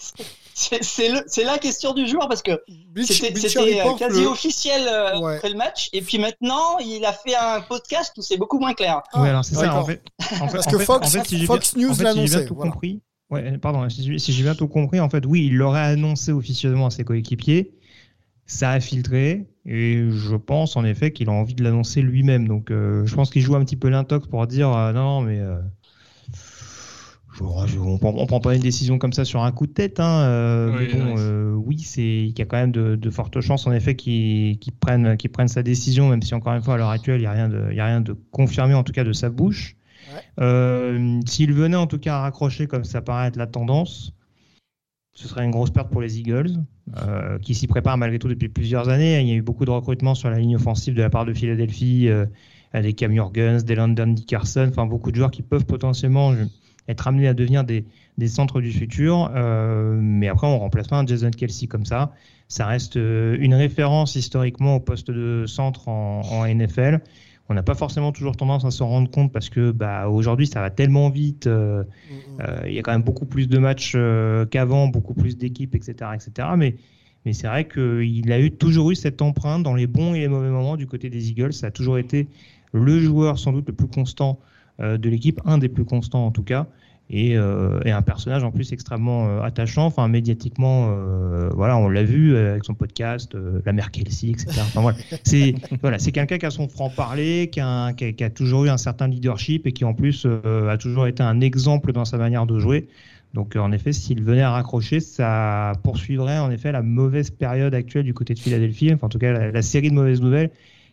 C: c'est la question du jour, parce que c'était quasi officiel après le match, et puis maintenant, il a fait un podcast où c'est beaucoup moins clair.
E: Oui, alors c'est ça.
B: Parce que Fox News l'a annoncé.
E: Compris. Ouais, pardon, si j'ai bien tout compris, en fait, oui, il l'aurait annoncé officieusement à ses coéquipiers. Ça a filtré, et je pense en effet qu'il a envie de l'annoncer lui-même. Donc, je pense qu'il joue un petit peu l'intox pour dire non, mais. On prend pas une décision comme ça sur un coup de tête, hein. Oui, il y a quand même de fortes chances en effet qu'il prenne sa décision, même si encore une fois à l'heure actuelle il y a rien de confirmé en tout cas de sa bouche. S'il venait en tout cas à raccrocher comme ça paraît être la tendance, ce serait une grosse perte pour les Eagles, qui s'y préparent malgré tout depuis plusieurs années. Il y a eu beaucoup de recrutements sur la ligne offensive de la part de Philadelphie, avec Cam Jurgens, des Landon Dickerson, enfin beaucoup de joueurs qui peuvent potentiellement être amenés à devenir des centres du futur, mais après on remplace pas un Jason Kelce comme ça. Ça reste une référence historiquement au poste de centre en NFL. On n'a pas forcément toujours tendance à s'en rendre compte parce que aujourd'hui ça va tellement vite. Il y a quand même beaucoup plus de matchs qu'avant, beaucoup plus d'équipes, etc. Mais c'est vrai qu'il a toujours eu cette empreinte dans les bons et les mauvais moments du côté des Eagles. Ça a toujours été le joueur sans doute le plus constant de l'équipe, un des plus constants en tout cas, et un personnage en plus extrêmement attachant, enfin médiatiquement, on l'a vu avec son podcast, la mère Kelce, etc. Enfin, c'est quelqu'un qui a son franc-parler, qui a toujours eu un certain leadership et qui en plus a toujours été un exemple dans sa manière de jouer. Donc en effet, s'il venait à raccrocher, ça poursuivrait en effet la mauvaise période actuelle du côté de Philadelphie, enfin en tout cas la série de mauvaises nouvelles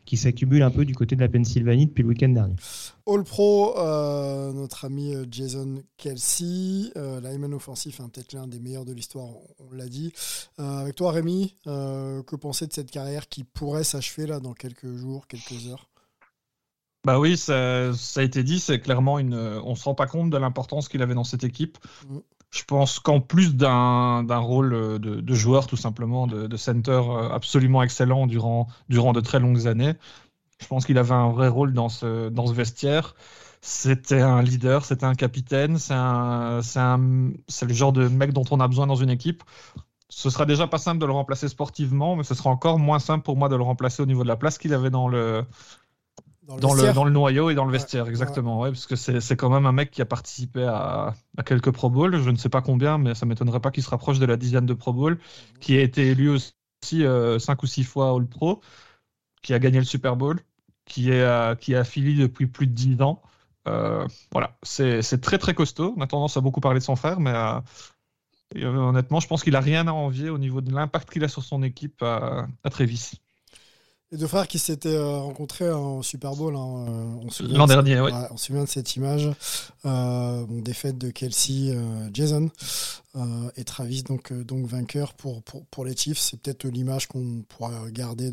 E: qui s'accumulent un peu du côté de la Pennsylvanie depuis le week-end dernier.
B: All Pro, notre ami Jason Kelce, lineman offensif, peut-être l'un des meilleurs de l'histoire, on l'a dit. Avec toi, Rémi, que penser de cette carrière qui pourrait s'achever là dans quelques jours, quelques heures?
D: Bah oui, ça a été dit, c'est clairement on se rend pas compte de l'importance qu'il avait dans cette équipe. Je pense qu'en plus d'un rôle de joueur, tout simplement, de center absolument excellent durant de très longues années, je pense qu'il avait un vrai rôle dans ce vestiaire. C'était un leader, c'était un capitaine, c'est le genre de mec dont on a besoin dans une équipe. Ce sera déjà pas simple de le remplacer sportivement, mais ce sera encore moins simple pour moi de le remplacer au niveau de la place qu'il avait dans le noyau et dans le vestiaire, exactement. Ouais, parce que c'est quand même un mec qui a participé à quelques Pro Bowl, je ne sais pas combien, mais ça ne m'étonnerait pas qu'il se rapproche de la dizaine de Pro Bowl, qui a été élu aussi 5 ou 6 fois All Pro, qui a gagné le Super Bowl, qui est à Philly depuis plus de 10 ans. Voilà, c'est très très costaud. On a tendance à beaucoup parler de son frère, mais honnêtement, je pense qu'il n'a rien à envier au niveau de l'impact qu'il a sur son équipe à Travis.
B: Les deux frères qui s'étaient rencontrés en Super Bowl.
D: L'an dernier, oui.
B: On se souvient de cette image. Défaite de Kelce, Jason et Travis, donc vainqueur pour les Chiefs. C'est peut-être l'image qu'on pourra garder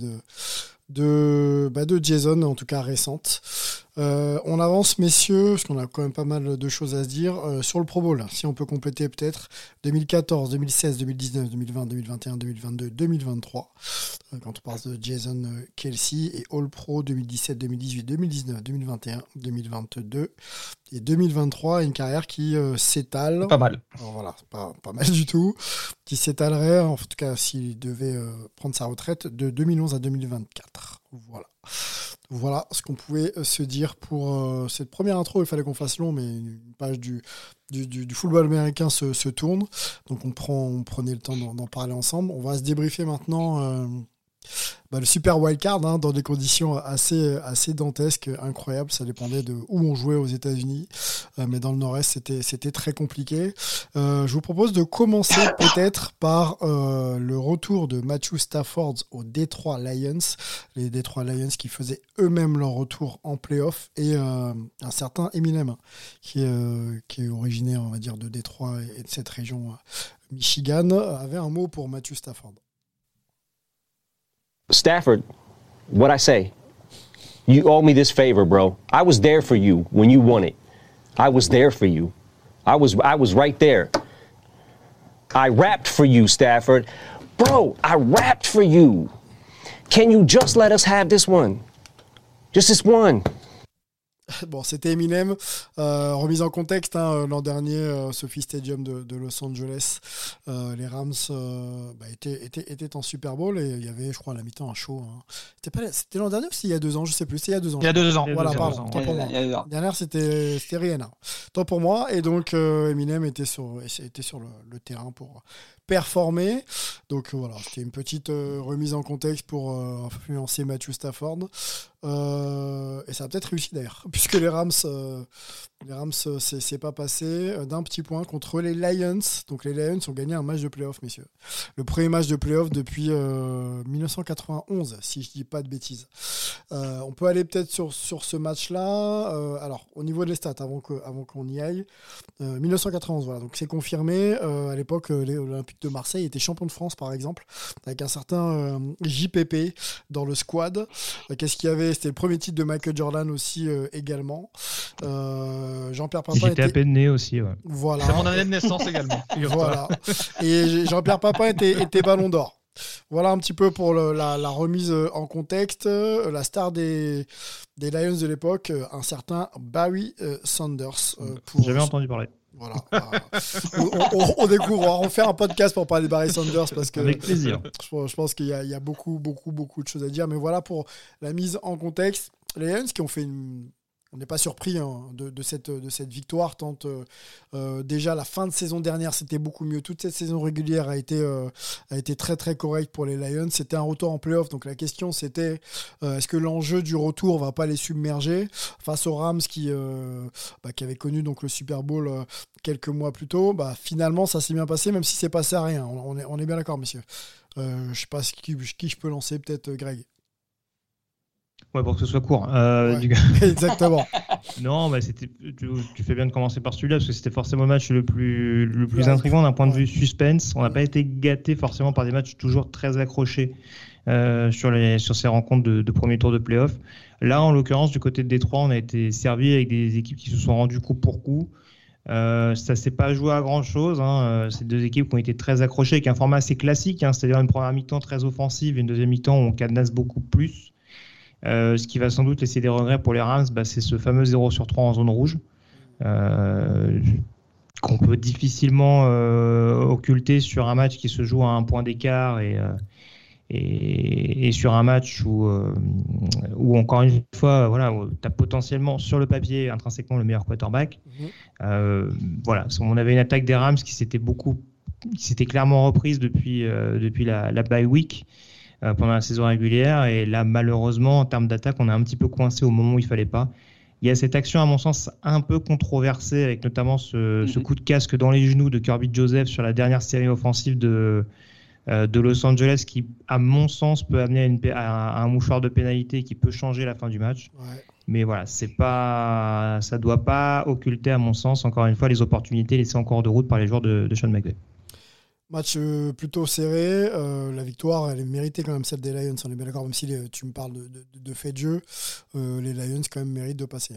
B: de Jason, en tout cas récente. On avance, messieurs, parce qu'on a quand même pas mal de choses à se dire. Sur le Pro Bowl, si on peut compléter peut-être 2014, 2016, 2019, 2020, 2021, 2022, 2023. Quand on parle de Jason Kelce et All Pro 2017, 2018, 2019, 2021, 2022 et 2023. Une carrière qui s'étale.
D: Pas mal.
B: Alors voilà, pas mal du tout. Qui s'étalerait, en tout cas s'il devait prendre sa retraite, de 2011 à 2024. Voilà ce qu'on pouvait se dire pour cette première intro. Il fallait qu'on fasse long, mais une page du football américain se tourne. Donc on prenait le temps d'en parler ensemble. On va se débriefer maintenant le Super Wildcard, dans des conditions assez dantesques, incroyables. Ça dépendait de où on jouait aux États-Unis, mais dans le Nord-Est, c'était très compliqué. Je vous propose de commencer peut-être par le retour de Matthew Stafford aux Detroit Lions, les Detroit Lions qui faisaient eux-mêmes leur retour en play-off, et un certain Eminem qui est originaire, on va dire, de Détroit et de cette région Michigan, avait un mot pour Matthew Stafford.
G: Stafford, what'd I say? You owe me this favor, bro. I was there for you when you won it. I was there for you. I was right there. I rapped for you, Stafford. Bro, I rapped for you. Can you just let us have this one? Just this one.
B: Bon, c'était Eminem, remise en contexte, l'an dernier, Sophie Stadium de Los Angeles, les Rams étaient en Super Bowl et il y avait, je crois, à la mi-temps un show. C'était l'an dernier ou c'était il y a 2 ans, je sais plus, c'était il y a 2 ans.
D: Il y a 2 ans.
B: Voilà, pardon, tant pour moi. La dernière, c'était Rihanna. Tant pour moi, et donc Eminem était sur le terrain pour performer. Donc voilà, c'était une petite remise en contexte pour influencer Matthew Stafford. Et ça a peut-être réussi d'ailleurs, puisque les Rams c'est pas passé d'un petit point contre les Lions. Donc les Lions ont gagné un match de play-off, messieurs. Le premier match de play-off depuis 1991, si je dis pas de bêtises. On peut aller peut-être sur ce match-là. Alors, au niveau des stats, avant qu'on y aille, 1991, voilà, donc c'est confirmé. À l'époque, l'Olympique de Marseille était champion de France, par exemple, avec un certain JPP dans le squad. Qu'est-ce qu'il y avait? C'était le premier titre de Michael Jordan aussi, également. Jean-Pierre Papin
E: était à peine né aussi. Ouais.
B: Voilà.
D: C'est mon année de naissance également.
B: Voilà. Et Jean-Pierre Papin était Ballon d'Or. Voilà un petit peu pour la remise en contexte. La star des Lions de l'époque, un certain Barry Sanders.
E: J'avais entendu parler.
B: Voilà. On découvre. On va faire un podcast pour parler de Barry Sanders parce que
E: avec plaisir.
B: Je pense qu'il y a beaucoup de choses à dire. Mais voilà pour la mise en contexte. Les Lions qui ont fait on n'est pas surpris de cette victoire, tant déjà la fin de saison dernière c'était beaucoup mieux. Toute cette saison régulière a été très très correcte pour les Lions. C'était un retour en play-off, donc la question c'était est-ce que l'enjeu du retour va pas les submerger face aux Rams qui avaient connu donc le Super Bowl quelques mois plus tôt. Finalement ça s'est bien passé, même si c'est passé à rien. On est bien d'accord, messieurs. Je sais pas qui je peux lancer, peut-être Greg.
E: Ouais, pour que ce soit court.
B: Exactement.
E: Non, tu fais bien de commencer par celui-là parce que c'était forcément le match le plus intriguant d'un point de vue suspense. On n'a pas été gâté forcément par des matchs toujours très accrochés sur ces rencontres de premier tour de play-off. Là, en l'occurrence, du côté de Détroit, on a été servi avec des équipes qui se sont rendues coup pour coup. Ça s'est pas joué à grand chose. Ces deux équipes qui ont été très accrochées avec un format assez classique, c'est-à-dire une première mi-temps très offensive et une deuxième mi-temps où on cadenasse beaucoup plus. Ce qui va sans doute laisser des regrets pour les Rams, c'est ce fameux 0/3 en zone rouge qu'on peut difficilement occulter sur un match qui se joue à 1 point d'écart et sur un match où encore une fois, tu as potentiellement sur le papier intrinsèquement le meilleur quarterback. On avait une attaque des Rams qui s'était clairement reprise depuis la bye week pendant la saison régulière, et là malheureusement en termes d'attaque on est un petit peu coincé au moment où il fallait pas. Il y a cette action à mon sens un peu controversée avec notamment ce coup de casque dans les genoux de Kirby Joseph sur la dernière série offensive de Los Angeles qui, à mon sens, peut amener à un mouchoir de pénalité qui peut changer la fin du match. Ouais. Mais voilà, ça doit pas occulter, à mon sens, encore une fois, les opportunités laissées en cours de route par les joueurs de Sean McVay.
B: Match plutôt serré. La victoire, elle est méritée quand même, celle des Lions. On est bien d'accord, même si tu me parles de fait de jeu, les Lions quand même méritent de passer.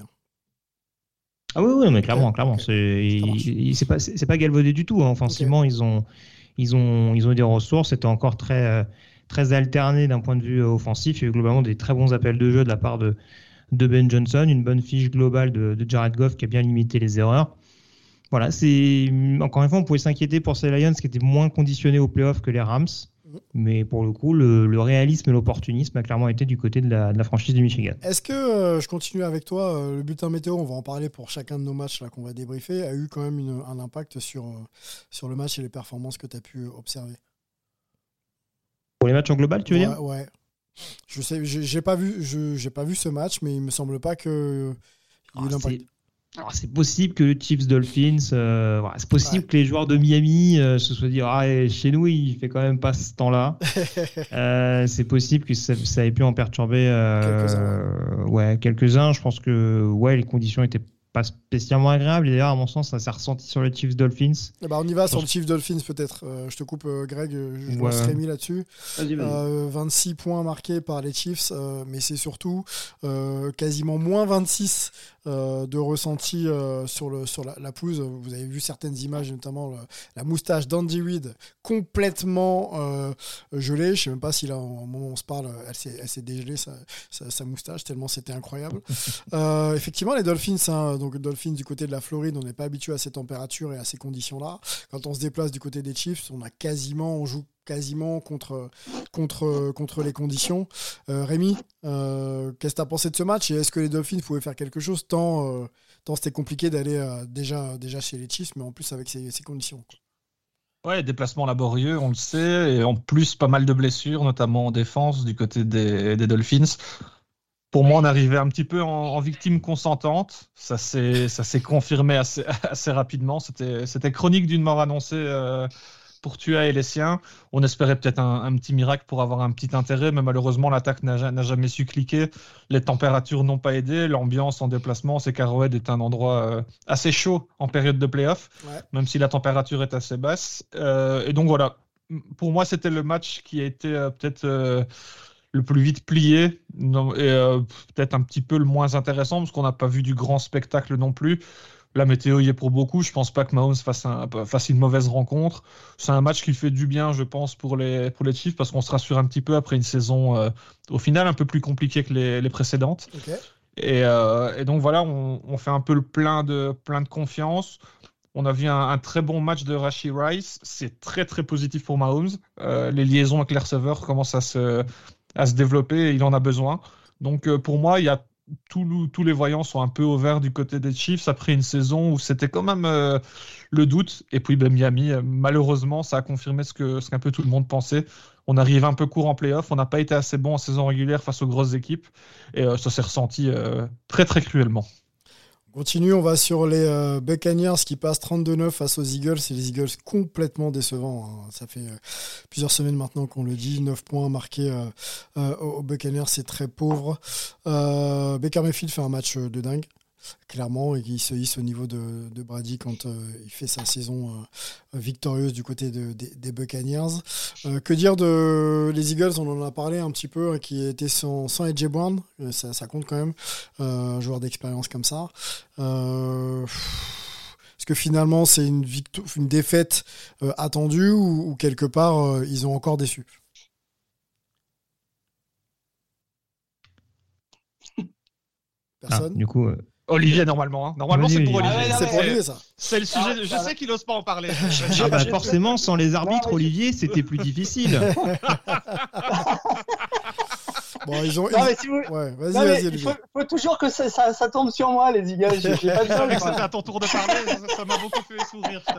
E: Ah oui, mais clairement. Okay. C'est pas galvaudé du tout. Offensivement, okay. Ils ont eu des ressources. C'était encore très, très alterné d'un point de vue offensif. Il y a eu globalement des très bons appels de jeu de la part de Ben Johnson. Une bonne fiche globale de Jared Goff qui a bien limité les erreurs. Voilà, encore une fois, on pouvait s'inquiéter pour ces Lions qui étaient moins conditionnés au playoff que les Rams. Mais pour le coup, le réalisme et l'opportunisme a clairement été du côté de la franchise du Michigan.
B: Est-ce que, je continue avec toi, le bulletin météo, on va en parler pour chacun de nos matchs là, qu'on va débriefer, a eu quand même un impact sur le match et les performances que tu as pu observer?
E: Pour les matchs en global, tu veux dire?
B: Ouais. Je sais, j'ai pas vu ce match, mais il me semble pas que il y ait eu d'impact.
E: Alors, c'est possible que le Chiefs Dolphins, c'est possible que les joueurs de Miami se soient dit chez nous il fait quand même pas ce temps-là. C'est possible que ça ait pu en perturber quelques-uns. Je pense que les conditions étaient pas spécialement agréable. Et d'ailleurs, à mon sens, ça s'est ressenti sur les Chiefs Dolphins.
B: On y va sur le Chiefs Dolphins peut-être. Je te coupe, Greg, je lance Rémi là-dessus.
C: Vas-y.
B: 26 points marqués par les Chiefs, mais c'est surtout quasiment moins 26 de ressenti sur la pelouse. Vous avez vu certaines images, notamment la moustache d'Andy Reid complètement gelée. Je ne sais même pas si là, au moment où on se parle, elle s'est dégelée, sa moustache, tellement c'était incroyable. Effectivement, les Dolphins, donc Dolphins du côté de la Floride, on n'est pas habitué à ces températures et à ces conditions-là. Quand on se déplace du côté des Chiefs, on joue quasiment contre les conditions. Rémi, qu'est-ce que tu as pensé de ce match et est-ce que les Dolphins pouvaient faire quelque chose tant c'était compliqué d'aller déjà chez les Chiefs, mais en plus avec ces conditions, quoi.
D: Ouais, déplacement laborieux, on le sait, et en plus pas mal de blessures, notamment en défense du côté des Dolphins. Pour moi, on arrivait un petit peu en victime consentante. Ça s'est confirmé assez rapidement. C'était chronique d'une mort annoncée pour Tua et les siens. On espérait peut-être un petit miracle pour avoir un petit intérêt, mais malheureusement, l'attaque n'a jamais su cliquer. Les températures n'ont pas aidé. L'ambiance en déplacement, c'est qu'Arrowhead est un endroit assez chaud en période de play-off, même si la température est assez basse. Et donc voilà, pour moi, c'était le match qui a été peut-être le plus vite plié et peut-être un petit peu le moins intéressant parce qu'on n'a pas vu du grand spectacle non plus. La météo y est pour beaucoup. Je pense pas que Mahomes fasse une mauvaise rencontre. C'est un match qui fait du bien, je pense, pour les Chiefs parce qu'on se rassure un petit peu après une saison au final un peu plus compliquée que les précédentes. Okay. Et donc voilà, on fait un peu le plein de confiance. On a vu un très bon match de Rashee Rice. C'est très très positif pour Mahomes. Les liaisons avec les receveurs commencent à se développer et il en a besoin. Donc pour moi, il y a tous les voyants sont un peu au vert du côté des Chiefs après une saison où c'était quand même le doute. Et puis Miami, malheureusement, ça a confirmé ce qu'un peu tout le monde pensait. On arrive un peu court en play-off, on n'a pas été assez bon en saison régulière face aux grosses équipes et ça s'est ressenti très très cruellement.
B: Continue, on va sur les Buccaneers qui passent 32-9 face aux Eagles. C'est les Eagles complètement décevants, hein. Ça fait plusieurs semaines maintenant qu'on le dit. 9 points marqués aux Buccaneers, c'est très pauvre. Baker Mayfield fait un match de dingue, clairement, et qui se hisse au niveau de Brady quand il fait sa saison victorieuse du côté des Buccaneers. Que dire de les Eagles, on en a parlé un petit peu, hein, qui était sans AJ Brown, ça compte quand même, un joueur d'expérience comme ça. Est-ce que finalement c'est une défaite attendue ou quelque part ils ont encore déçu? Personne.
E: Du coup,
D: Olivier, normalement. Hein. Normalement,
E: Vas-y,
D: c'est pour
E: Olivier.
D: Olivier.
B: C'est pour Olivier, ça.
D: C'est le sujet. Je sais qu'il n'ose pas en parler.
E: forcément, sans les arbitres, Olivier, c'était plus difficile.
B: Bon, ils ont.
C: Non, mais si vous...
B: Ouais, vas-y,
C: Non, mais
B: Olivier.
C: faut toujours que ça tombe sur moi, les Eagles. J'ai pas de
D: Je savais
C: bol,
D: que
C: quoi.
D: c'était à ton tour de parler. Ça m'a beaucoup fait sourire, je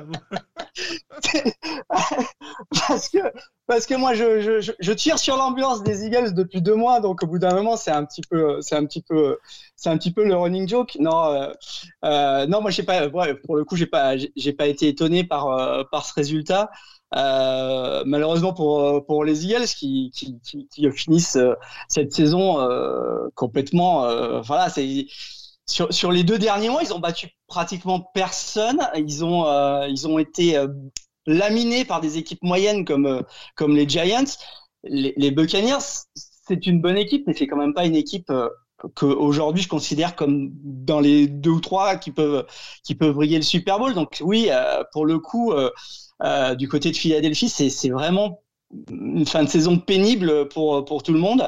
D: t'avoue.
C: parce que moi je tire sur l'ambulance des Eagles depuis 2 mois, donc au bout d'un moment c'est un petit peu le running joke. Non, moi pour le coup j'ai pas été étonné par ce résultat. Malheureusement pour les Eagles qui finissent cette saison complètement c'est sur les 2 derniers mois, ils ont battu pratiquement personne. Ils ont été laminés par des équipes moyennes comme les Giants. Les Buccaneers, c'est une bonne équipe, mais c'est quand même pas une équipe que aujourd'hui je considère comme dans les 2 ou 3 qui peuvent briller le Super Bowl. Donc oui, pour le coup, du côté de Philadelphie, c'est vraiment une fin de saison pénible pour tout le monde.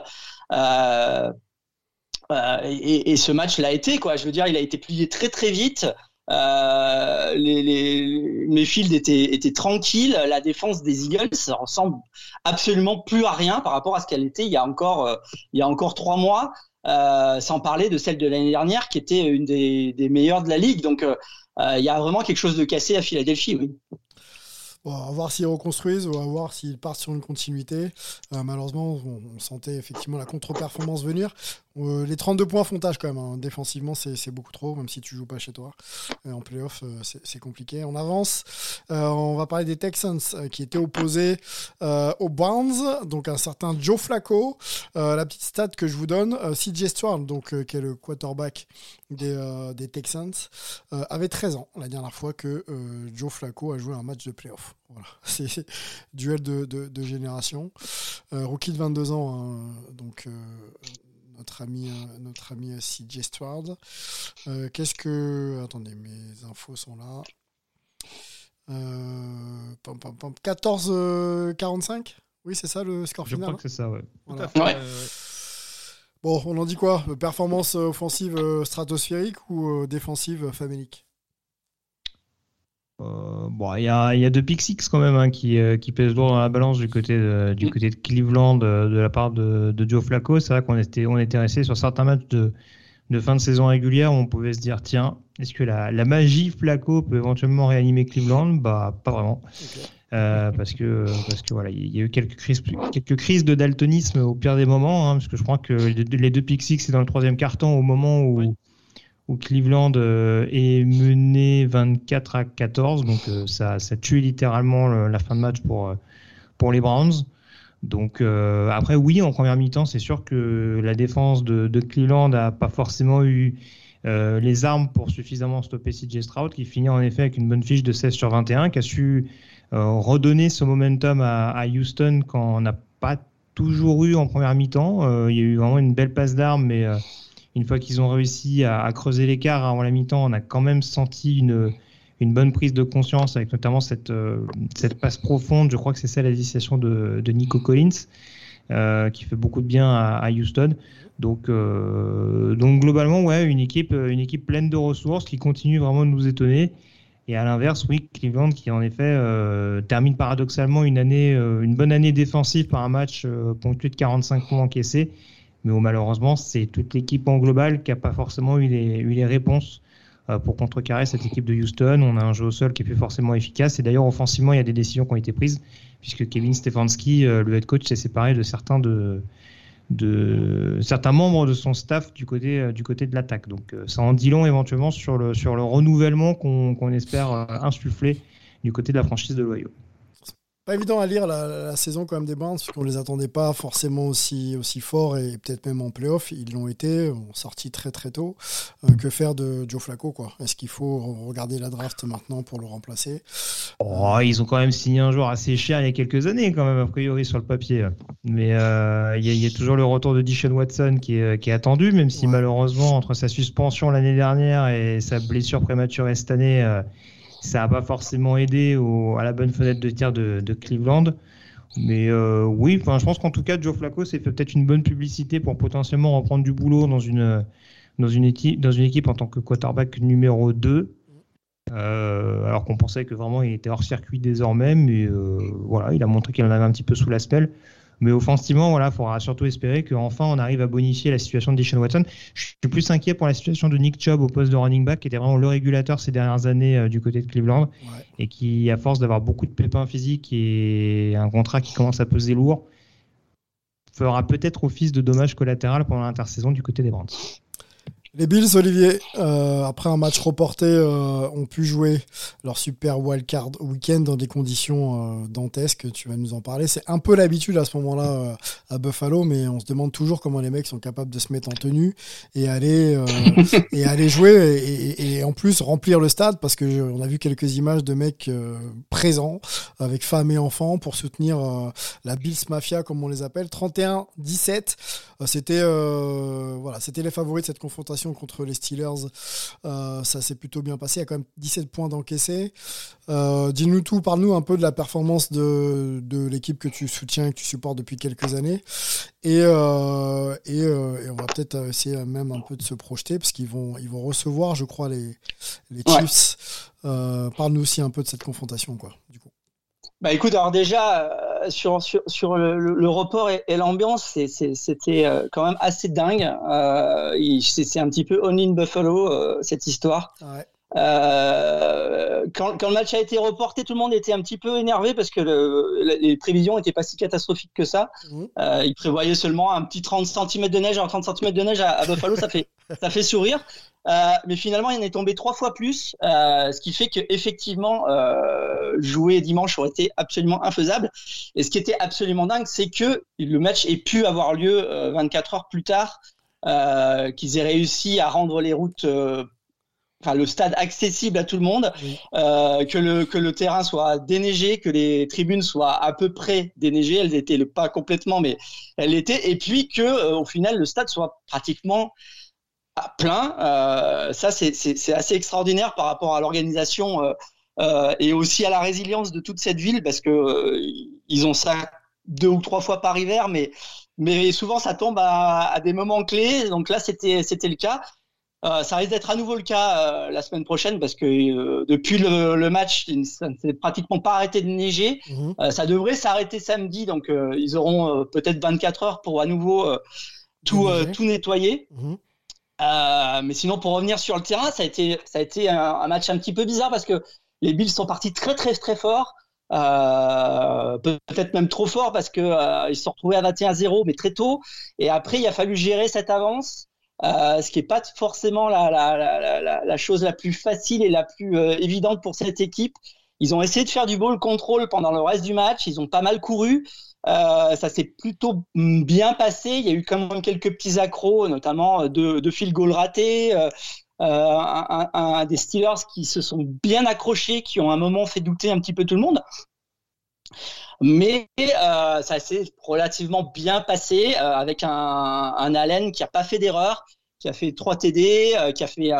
C: Et ce match l'a été, quoi. Je veux dire, il a été plié très très vite. Mayfield était tranquille. La défense des Eagles ressemble absolument plus à rien par rapport à ce qu'elle était il y a encore 3 mois. Sans parler de celle de l'année dernière qui était une des meilleures de la ligue. Donc il y a vraiment quelque chose de cassé à Philadelphie. Oui.
B: Bon, à voir s'ils reconstruisent ou à voir s'ils partent sur une continuité. Malheureusement, on sentait effectivement la contre-performance venir. Les 32 points font tâche quand même, hein. Défensivement, c'est beaucoup trop, même si tu joues pas chez toi. En play-off, c'est compliqué. On avance. On va parler des Texans qui étaient opposés aux Browns, donc un certain Joe Flacco. La petite stat que je vous donne, CJ Stroud, qui est le quarterback des Texans, avait 13 ans la dernière fois que Joe Flacco a joué un match de play-off. Voilà. C'est duel de génération. Rookie de 22 ans, hein, donc notre ami CJ Stroud. Attendez, mes infos sont là. 14-45 ? Oui, c'est ça le score final.
E: Je crois que c'est ça, ouais.
B: Voilà.
D: Tout à fait.
B: Bon, on en dit quoi ? Performance offensive stratosphérique ou défensive famélique ?
E: Il y a 2 pick six quand même, hein, qui pèsent lourd dans la balance du côté de Cleveland de la part de Joe Flacco. C'est vrai qu'on était resté sur certains matchs de fin de saison régulière où on pouvait se dire tiens, est-ce que la magie Flacco peut éventuellement réanimer Cleveland ? Bah pas vraiment. Okay. Parce que voilà, il y a eu quelques crises de daltonisme au pire des moments, hein, parce que je crois que les 2 pick six c'est dans le 3e quart-temps au moment où Cleveland est mené 24-14, donc ça tue littéralement la fin de match pour les Browns. Donc après oui, en première mi-temps, c'est sûr que la défense de Cleveland n'a pas forcément eu les armes pour suffisamment stopper CJ Stroud, qui finit en effet avec une bonne fiche de 16/21, qui a su redonner ce momentum à Houston quand on n'a pas toujours eu en première mi-temps. Il y a eu vraiment une belle passe d'armes, mais une fois qu'ils ont réussi à creuser l'écart avant la mi-temps, on a quand même senti une bonne prise de conscience avec notamment cette passe profonde. Je crois que c'est celle à l'initiation de Nico Collins, qui fait beaucoup de bien à Houston. Donc globalement, ouais, une équipe pleine de ressources qui continue vraiment de nous étonner. Et à l'inverse, oui, Cleveland qui en effet termine paradoxalement une bonne année défensive par un match ponctué de 45 points encaissés. Mais malheureusement, c'est toute l'équipe en global qui n'a pas forcément eu les réponses pour contrecarrer cette équipe de Houston. On a un jeu au sol qui est plus forcément efficace. Et d'ailleurs, offensivement, il y a des décisions qui ont été prises, puisque Kevin Stefanski, le head coach, s'est séparé de certains de de certains membres de son staff du côté de l'attaque. Donc ça en dit long éventuellement sur le renouvellement qu'on espère insuffler du côté de la franchise de l'Ohio.
B: Pas évident à lire la saison quand même des Browns, parce qu'on les attendait pas forcément aussi forts, et peut-être même en play-off. Ils l'ont été, ont sorti très très tôt. Que faire de Joe Flacco, quoi? Est-ce qu'il faut regarder la draft maintenant pour le remplacer?
E: Ils ont quand même signé un joueur assez cher il y a quelques années quand même, a priori sur le papier. Mais il y a toujours le retour de Deshaun Watson qui est attendu, même si malheureusement entre sa suspension l'année dernière et sa blessure prématurée cette année, ça n'a pas forcément aidé à la bonne fenêtre de tir de Cleveland. Mais oui, je pense qu'en tout cas, Joe Flacco s'est fait peut-être une bonne publicité pour potentiellement reprendre du boulot dans une équipe en tant que quarterback numéro 2. Alors qu'on pensait que vraiment il était hors circuit désormais. Mais voilà, il a montré qu'il en avait un petit peu sous la semelle. Mais offensivement, il faudra surtout espérer qu'enfin on arrive à bonifier la situation de Deshaun Watson. Je suis plus inquiet pour la situation de Nick Chubb au poste de running back, qui était vraiment le régulateur ces dernières années du côté de Cleveland, et qui, à force d'avoir beaucoup de pépins physiques et un contrat qui commence à peser lourd, fera peut-être office de dommage collatéral pendant l'intersaison du côté des Browns.
B: Les Bills, Olivier, après un match reporté, ont pu jouer leur super wildcard week-end dans des conditions dantesques. Tu vas nous en parler. C'est un peu l'habitude à ce moment-là à Buffalo, mais on se demande toujours comment les mecs sont capables de se mettre en tenue et aller jouer et en plus remplir le stade, parce que on a vu quelques images de mecs présents avec femmes et enfants pour soutenir la Bills Mafia, comme on les appelle. 31-17. C'était les favoris de cette confrontation contre les Steelers. Ça s'est plutôt bien passé. Il y a quand même 17 points d'encaissés. Dis-nous tout, parle-nous un peu de la performance de l'équipe que tu soutiens, que tu supportes depuis quelques années. Et on va peut-être essayer même un peu de se projeter, parce qu'ils vont recevoir, je crois, les Chiefs. Parle-nous aussi un peu de cette confrontation, quoi, du coup.
C: Bah écoute, alors déjà sur le report et l'ambiance, c'était quand même assez dingue. C'est un petit peu only in Buffalo cette histoire. Ouais. Quand le match a été reporté, tout le monde était un petit peu énervé parce que les prévisions n'étaient pas si catastrophiques que ça. Ils prévoyaient seulement un petit 30 cm de neige. Alors 30 cm de neige à Buffalo, ça fait sourire. Mais finalement, il en est tombé 3 fois plus, ce qui fait qu'effectivement, jouer dimanche aurait été absolument infaisable. Et ce qui était absolument dingue, c'est que le match ait pu avoir lieu 24 heures plus tard, qu'ils aient réussi à rendre les routes, le stade accessible à tout le monde, que le terrain soit déneigé, que les tribunes soient à peu près déneigées. Elles étaient pas complètement, mais elles l'étaient. Et puis que, au final, le stade soit pratiquement plein. Ça, c'est assez extraordinaire par rapport à l'organisation et aussi à la résilience de toute cette ville, parce que ils ont ça 2 ou 3 fois par hiver, mais souvent ça tombe à des moments clés. Donc là, c'était le cas. Ça risque d'être à nouveau le cas la semaine prochaine, parce que depuis le match, ça ne s'est pratiquement pas arrêté de neiger. Ça devrait s'arrêter samedi, donc ils auront peut-être 24 heures pour à nouveau tout nettoyer. Mais sinon, pour revenir sur le terrain, ça a été un match un petit peu bizarre, parce que les Bills sont partis très très très fort, peut-être même trop fort, parce que ils se sont retrouvés à 21-0 mais très tôt, et après il a fallu gérer cette avance, ce qui est pas forcément la chose la plus facile et la plus évidente pour cette équipe. Ils ont essayé de faire du ball control pendant le reste du match, ils ont pas mal couru. Ça s'est plutôt bien passé. Il y a eu quand même quelques petits accros, notamment de field goal ratés, un des Steelers qui se sont bien accrochés, qui ont à un moment fait douter un petit peu tout le monde. Mais ça s'est relativement bien passé, avec un Allen qui n'a pas fait d'erreur, qui a fait 3 TD, qui a fait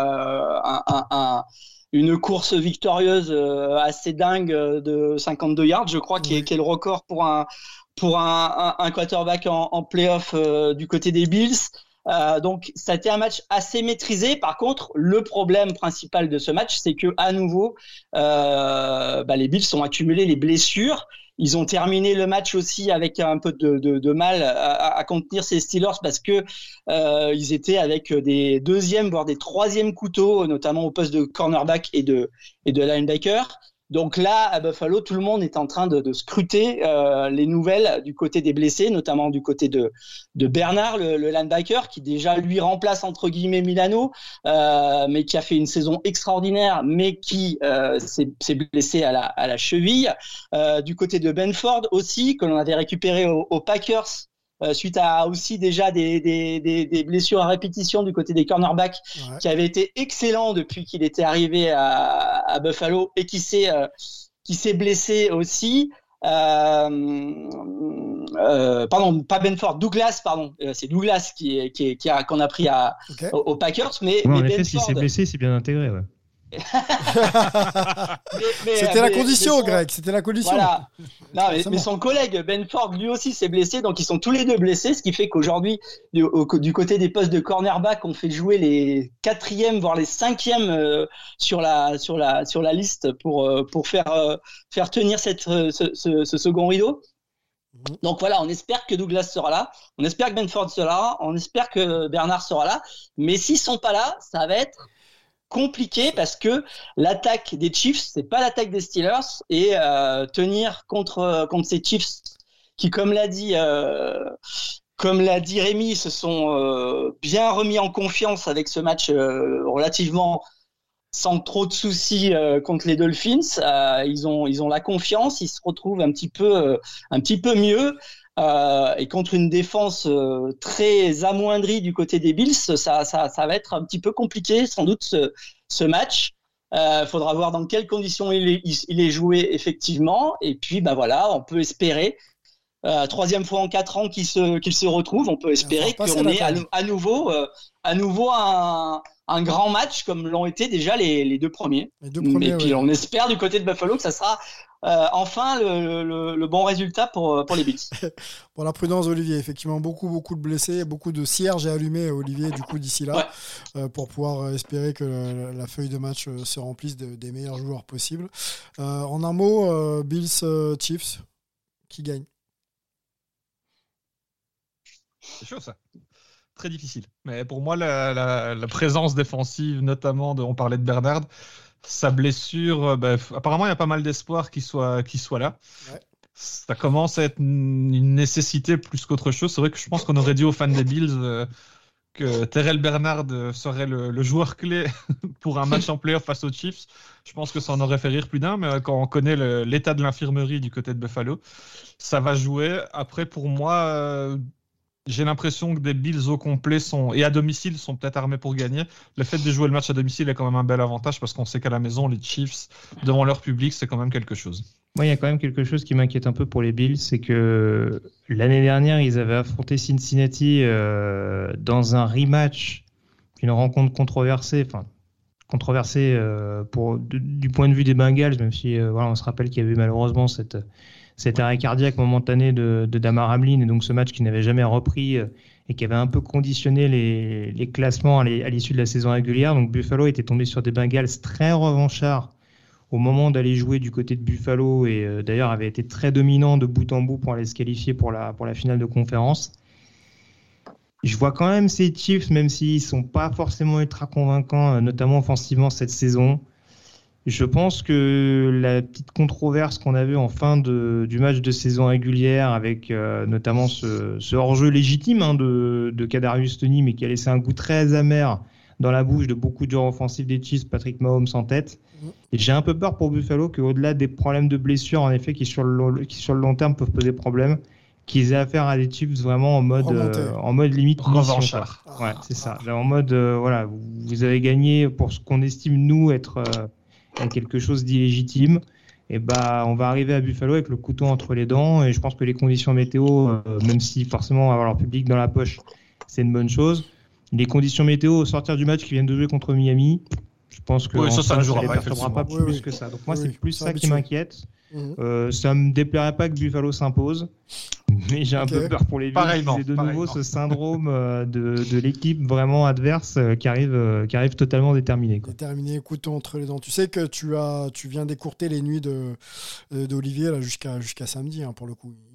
C: une course victorieuse assez dingue de 52 yards, je crois, qui est le record pour un quarterback en playoff du côté des Bills. Donc ça a été un match assez maîtrisé. Par contre, le problème principal de ce match, c'est que à nouveau, les Bills ont accumulé les blessures. Ils ont terminé le match aussi avec un peu de mal à contenir ces Steelers, parce que ils étaient avec des 2e voire des 3e couteaux, notamment au poste de cornerback et de linebacker. Donc là, à Buffalo, tout le monde est en train de scruter les nouvelles du côté des blessés, notamment du côté de Bernard, le linebacker, qui déjà lui remplace entre guillemets Milano, mais qui a fait une saison extraordinaire, mais qui s'est blessé à la cheville. Du côté de Benford aussi, que l'on avait récupéré aux Packers. Suite à aussi déjà des blessures à répétition du côté des cornerbacks, qui avait été excellent depuis qu'il était arrivé à Buffalo et qui s'est blessé aussi. Pardon, pas Benford, Douglas, pardon. C'est Douglas qu'on a pris aux Packers. Mais
E: en effet,
C: Benford,
E: s'il s'est blessé, c'est bien intégré. Ouais.
B: C'était la condition, Greg. C'était la condition.
C: Voilà. Non, mais son collègue Benford, lui aussi, s'est blessé. Donc, ils sont tous les deux blessés. Ce qui fait qu'aujourd'hui, du côté des postes de cornerback, on fait jouer les 4e, voire les 5e sur la liste pour faire tenir ce second rideau. Donc voilà, on espère que Douglas sera là, on espère que Benford sera là, on espère que Bernard sera là. Mais s'ils sont pas là, ça va être compliqué parce que l'attaque des Chiefs, c'est pas l'attaque des Steelers, et tenir contre ces Chiefs qui, comme l'a dit Rémi, se sont bien remis en confiance avec ce match relativement sans trop de soucis contre les Dolphins. Ils ont la confiance, ils se retrouvent un petit peu mieux. Et contre une défense très amoindrie du côté des Bills, ça va être un petit peu compliqué sans doute ce match. Faudra voir dans quelles conditions il est joué effectivement. Et puis voilà, on peut espérer 3e fois en 4 ans qu'il se retrouve. On peut espérer qu'on ait à nouveau un grand match comme l'ont été déjà les deux premiers. Et puis on espère du côté de Buffalo que ça sera enfin le bon résultat pour les Bills.
B: Pour la prudence, Olivier, effectivement, beaucoup de blessés, beaucoup de cierges à allumer, Olivier, du coup, d'ici là, pour pouvoir espérer que la feuille de match se remplisse des meilleurs joueurs possibles. En un mot, Bills Chiefs, qui gagne?
D: C'est chaud, ça. Très difficile. Mais pour moi, la présence défensive, notamment, on parlait de Bernard, sa blessure, apparemment, il y a pas mal d'espoir qu'il soit là. Ouais. Ça commence à être une nécessité plus qu'autre chose. C'est vrai que je pense qu'on aurait dit aux fans des Bills que Terrell Bernard serait le joueur clé pour un match en playoff face aux Chiefs. Je pense que ça en aurait fait rire plus d'un, mais quand on connaît l'état de l'infirmerie du côté de Buffalo, ça va jouer. Après, pour moi... j'ai l'impression que des Bills au complet et à domicile sont peut-être armés pour gagner. Le fait de jouer le match à domicile est quand même un bel avantage parce qu'on sait qu'à la maison, les Chiefs, devant leur public, c'est quand même quelque chose.
E: Moi, il y a quand même quelque chose qui m'inquiète un peu pour les Bills, c'est que l'année dernière, ils avaient affronté Cincinnati dans un rematch, une rencontre controversée du point de vue des Bengals, même si on se rappelle qu'il y avait eu malheureusement cet arrêt cardiaque momentané de Damar Hamlin, et donc ce match qui n'avait jamais repris et qui avait un peu conditionné les classements à l'issue de la saison régulière. Donc Buffalo était tombé sur des Bengals très revanchards au moment d'aller jouer du côté de Buffalo, et d'ailleurs avait été très dominant de bout en bout pour aller se qualifier pour la finale de conférence. Je vois quand même ces Chiefs, même s'ils ne sont pas forcément ultra convaincants, notamment offensivement cette saison. Je pense que la petite controverse qu'on a vue en fin du match de saison régulière, avec notamment ce hors-jeu légitime de Kadarius Toney, mais qui a laissé un goût très amer dans la bouche de beaucoup de joueurs offensifs des Chiefs, Patrick Mahomes en tête. Et j'ai un peu peur pour Buffalo qu'au-delà des problèmes de blessure, en effet, qui sur le long terme peuvent poser problème, qu'ils aient affaire à des Chiefs vraiment en mode limite
D: revanchard.
E: Ouais, c'est ça. En mode, vous avez gagné pour ce qu'on estime, nous, être quelque chose d'illégitime. Et on va arriver à Buffalo avec le couteau entre les dents, et je pense que les conditions météo, même si forcément avoir leur public dans la poche, c'est une bonne chose. Les conditions météo au sortir du match qui viennent de jouer contre Miami, je pense que
D: ça ne jouera
E: les perturbera pas plus que ça. Donc moi, c'est plus ça qui m'inquiète. Ça me déplairait pas que Buffalo s'impose, mais j'ai un peu peur pour les Bills. C'est de nouveau ce syndrome de l'équipe vraiment adverse qui arrive totalement déterminée.
B: Déterminé, couteau entre les dents. Tu sais que tu viens d'écourter les nuits d'Olivier là jusqu'à samedi, hein, pour le coup.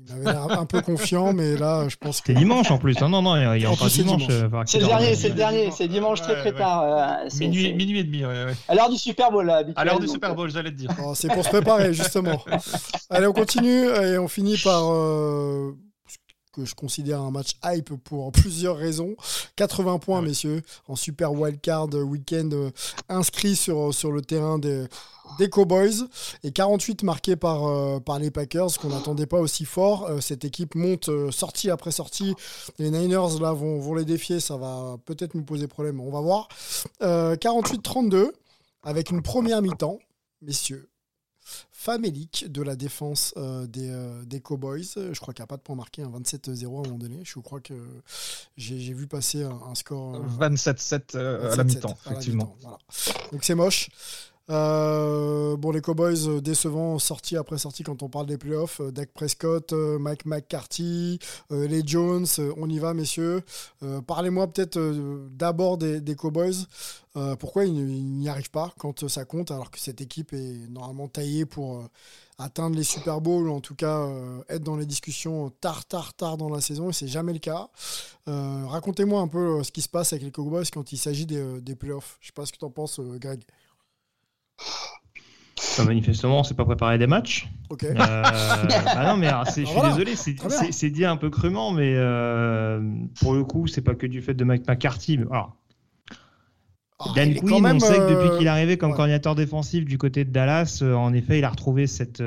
B: il m'avait l'air un peu confiant, mais là, je pense que...
E: C'est dimanche en plus. Non, il y a
B: En
E: encore
B: plus, c'est
E: dimanche.
B: dimanche.
C: C'est le dernier, c'est dimanche très tard.
D: Minuit et demi, ouais.
C: À l'heure du Super Bowl, là, habituel,
D: À l'heure du
C: donc,
D: Super Bowl, j'allais te dire.
B: Oh, c'est pour se préparer, justement. Allez, on continue et on finit par ce que je considère un match hype pour plusieurs raisons. 80 points, messieurs, en Super Wildcard Week-end inscrits sur le terrain des Cowboys et 48 marqués par les Packers, qu'on n'attendait pas aussi fort. Cette équipe monte sortie après sortie. Les Niners là vont les défier, ça va peut-être nous poser problème, on va voir. 48-32 avec une première mi-temps, messieurs, famélique de la défense des Cowboys. Je crois qu'il n'y a pas de point marqué, 27-0 à un moment donné. Je crois que j'ai vu passer un score...
D: 27-7 à la mi-temps, effectivement.
B: Voilà. Donc c'est moche. Les Cowboys décevants, sortie après sortie quand on parle des playoffs. Dak Prescott, Mike McCarthy, les Jones, on y va, messieurs. Parlez-moi peut-être d'abord des Cowboys. Pourquoi ils n'y arrivent pas quand ça compte, alors que cette équipe est normalement taillée pour atteindre les Super Bowls, ou en tout cas être dans les discussions tard dans la saison, et c'est jamais le cas. Racontez-moi un peu ce qui se passe avec les Cowboys quand il s'agit des playoffs. Je ne sais pas ce que tu en penses, Greg.
E: Manifestement, on ne s'est pas préparé des matchs.
B: Ok.
E: Non, mais je suis désolé, c'est dit un peu crûment, mais pour le coup, c'est pas que du fait de Mike McCarthy. Mais, alors, Dan Quinn, on sait que depuis qu'il est arrivé comme coordinateur défensif du côté de Dallas, en effet, il a retrouvé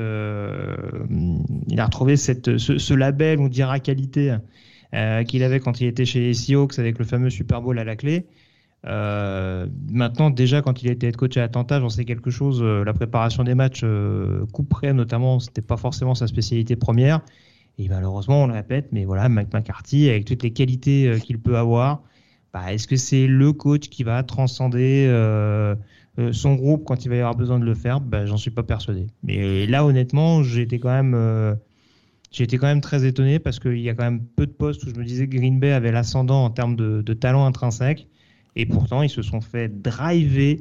E: ce label, on dira qualité, qu'il avait quand il était chez les Seahawks avec le fameux Super Bowl à la clé. Maintenant, déjà, quand il était head coach à Atlanta, j'en sais quelque chose. La préparation des matchs, coup près notamment, c'était pas forcément sa spécialité première. Et malheureusement, on le répète, mais voilà, Mike McCarthy, avec toutes les qualités qu'il peut avoir, est-ce que c'est le coach qui va transcender son groupe quand il va y avoir besoin de le faire? J'en suis pas persuadé. Mais là, honnêtement, j'ai été quand même très étonné parce qu'il y a quand même peu de postes où je me disais que Green Bay avait l'ascendant en termes de talent intrinsèque. Et pourtant, ils se sont fait driver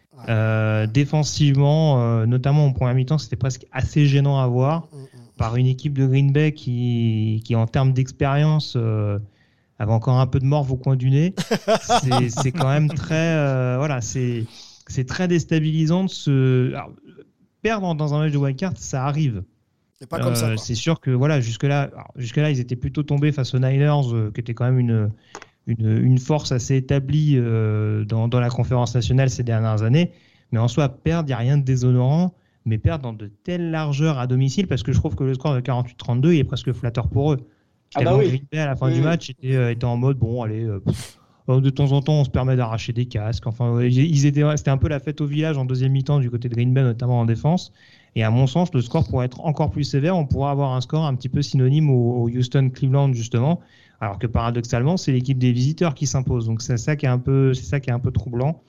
E: défensivement, notamment en première mi-temps. C'était presque assez gênant à voir par une équipe de Green Bay qui en termes d'expérience, avait encore un peu de morve au coin du nez. C'est quand même très... c'est très déstabilisant de se... Alors, perdre dans un match de wildcard, ça arrive.
B: C'est pas comme ça.
E: C'est sûr que jusque-là, ils étaient plutôt tombés face aux Niners, qui était quand même une force assez établie dans la conférence nationale ces dernières années. Mais en soi, perdre, il n'y a rien de déshonorant, mais perdre dans de telles largeurs à domicile, parce que je trouve que le score de 48-32 il est presque flatteur pour eux. Green Bay à la fin du match était en mode, bon, allez, de temps en temps, on se permet d'arracher des casques. Enfin, c'était un peu la fête au village en deuxième mi-temps du côté de Green Bay, notamment en défense. Et à mon sens, le score pourrait être encore plus sévère. On pourrait avoir un score un petit peu synonyme au Houston-Cleveland, justement. Alors que paradoxalement, c'est l'équipe des visiteurs qui s'impose. Donc c'est ça qui est un peu troublant.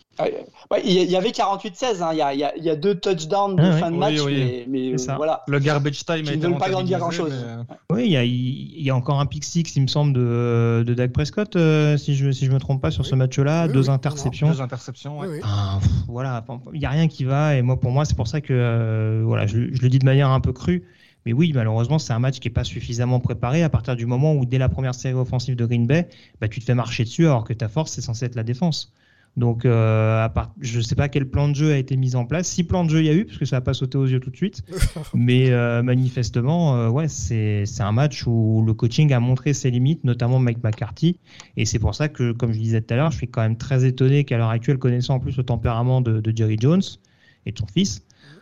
C: Il y avait 48-16. Hein. Il y a 2 touchdowns de fin de match, mais voilà.
D: Le garbage time
C: qui ne veut pas dire grand-chose.
E: Oui, il y a encore un pick six, il me semble, de Dak Prescott, si je me trompe pas sur ce match-là. 2 interceptions.
D: 2 interceptions, ouais.
E: Voilà, il n'y a rien qui va. Et pour moi, c'est pour ça que je le dis de manière un peu crue. Mais oui, malheureusement, c'est un match qui n'est pas suffisamment préparé à partir du moment où, dès la première série offensive de Green Bay, tu te fais marcher dessus alors que ta force, c'est censé être la défense. Donc, je ne sais pas quel plan de jeu a été mis en place. Si plan de jeu il y a eu, parce que ça n'a pas sauté aux yeux tout de suite. Mais manifestement, c'est un match où le coaching a montré ses limites, notamment Mike McCarthy. Et c'est pour ça que, comme je disais tout à l'heure, je suis quand même très étonné qu'à l'heure actuelle, connaissant en plus le tempérament de Jerry Jones et de son fils,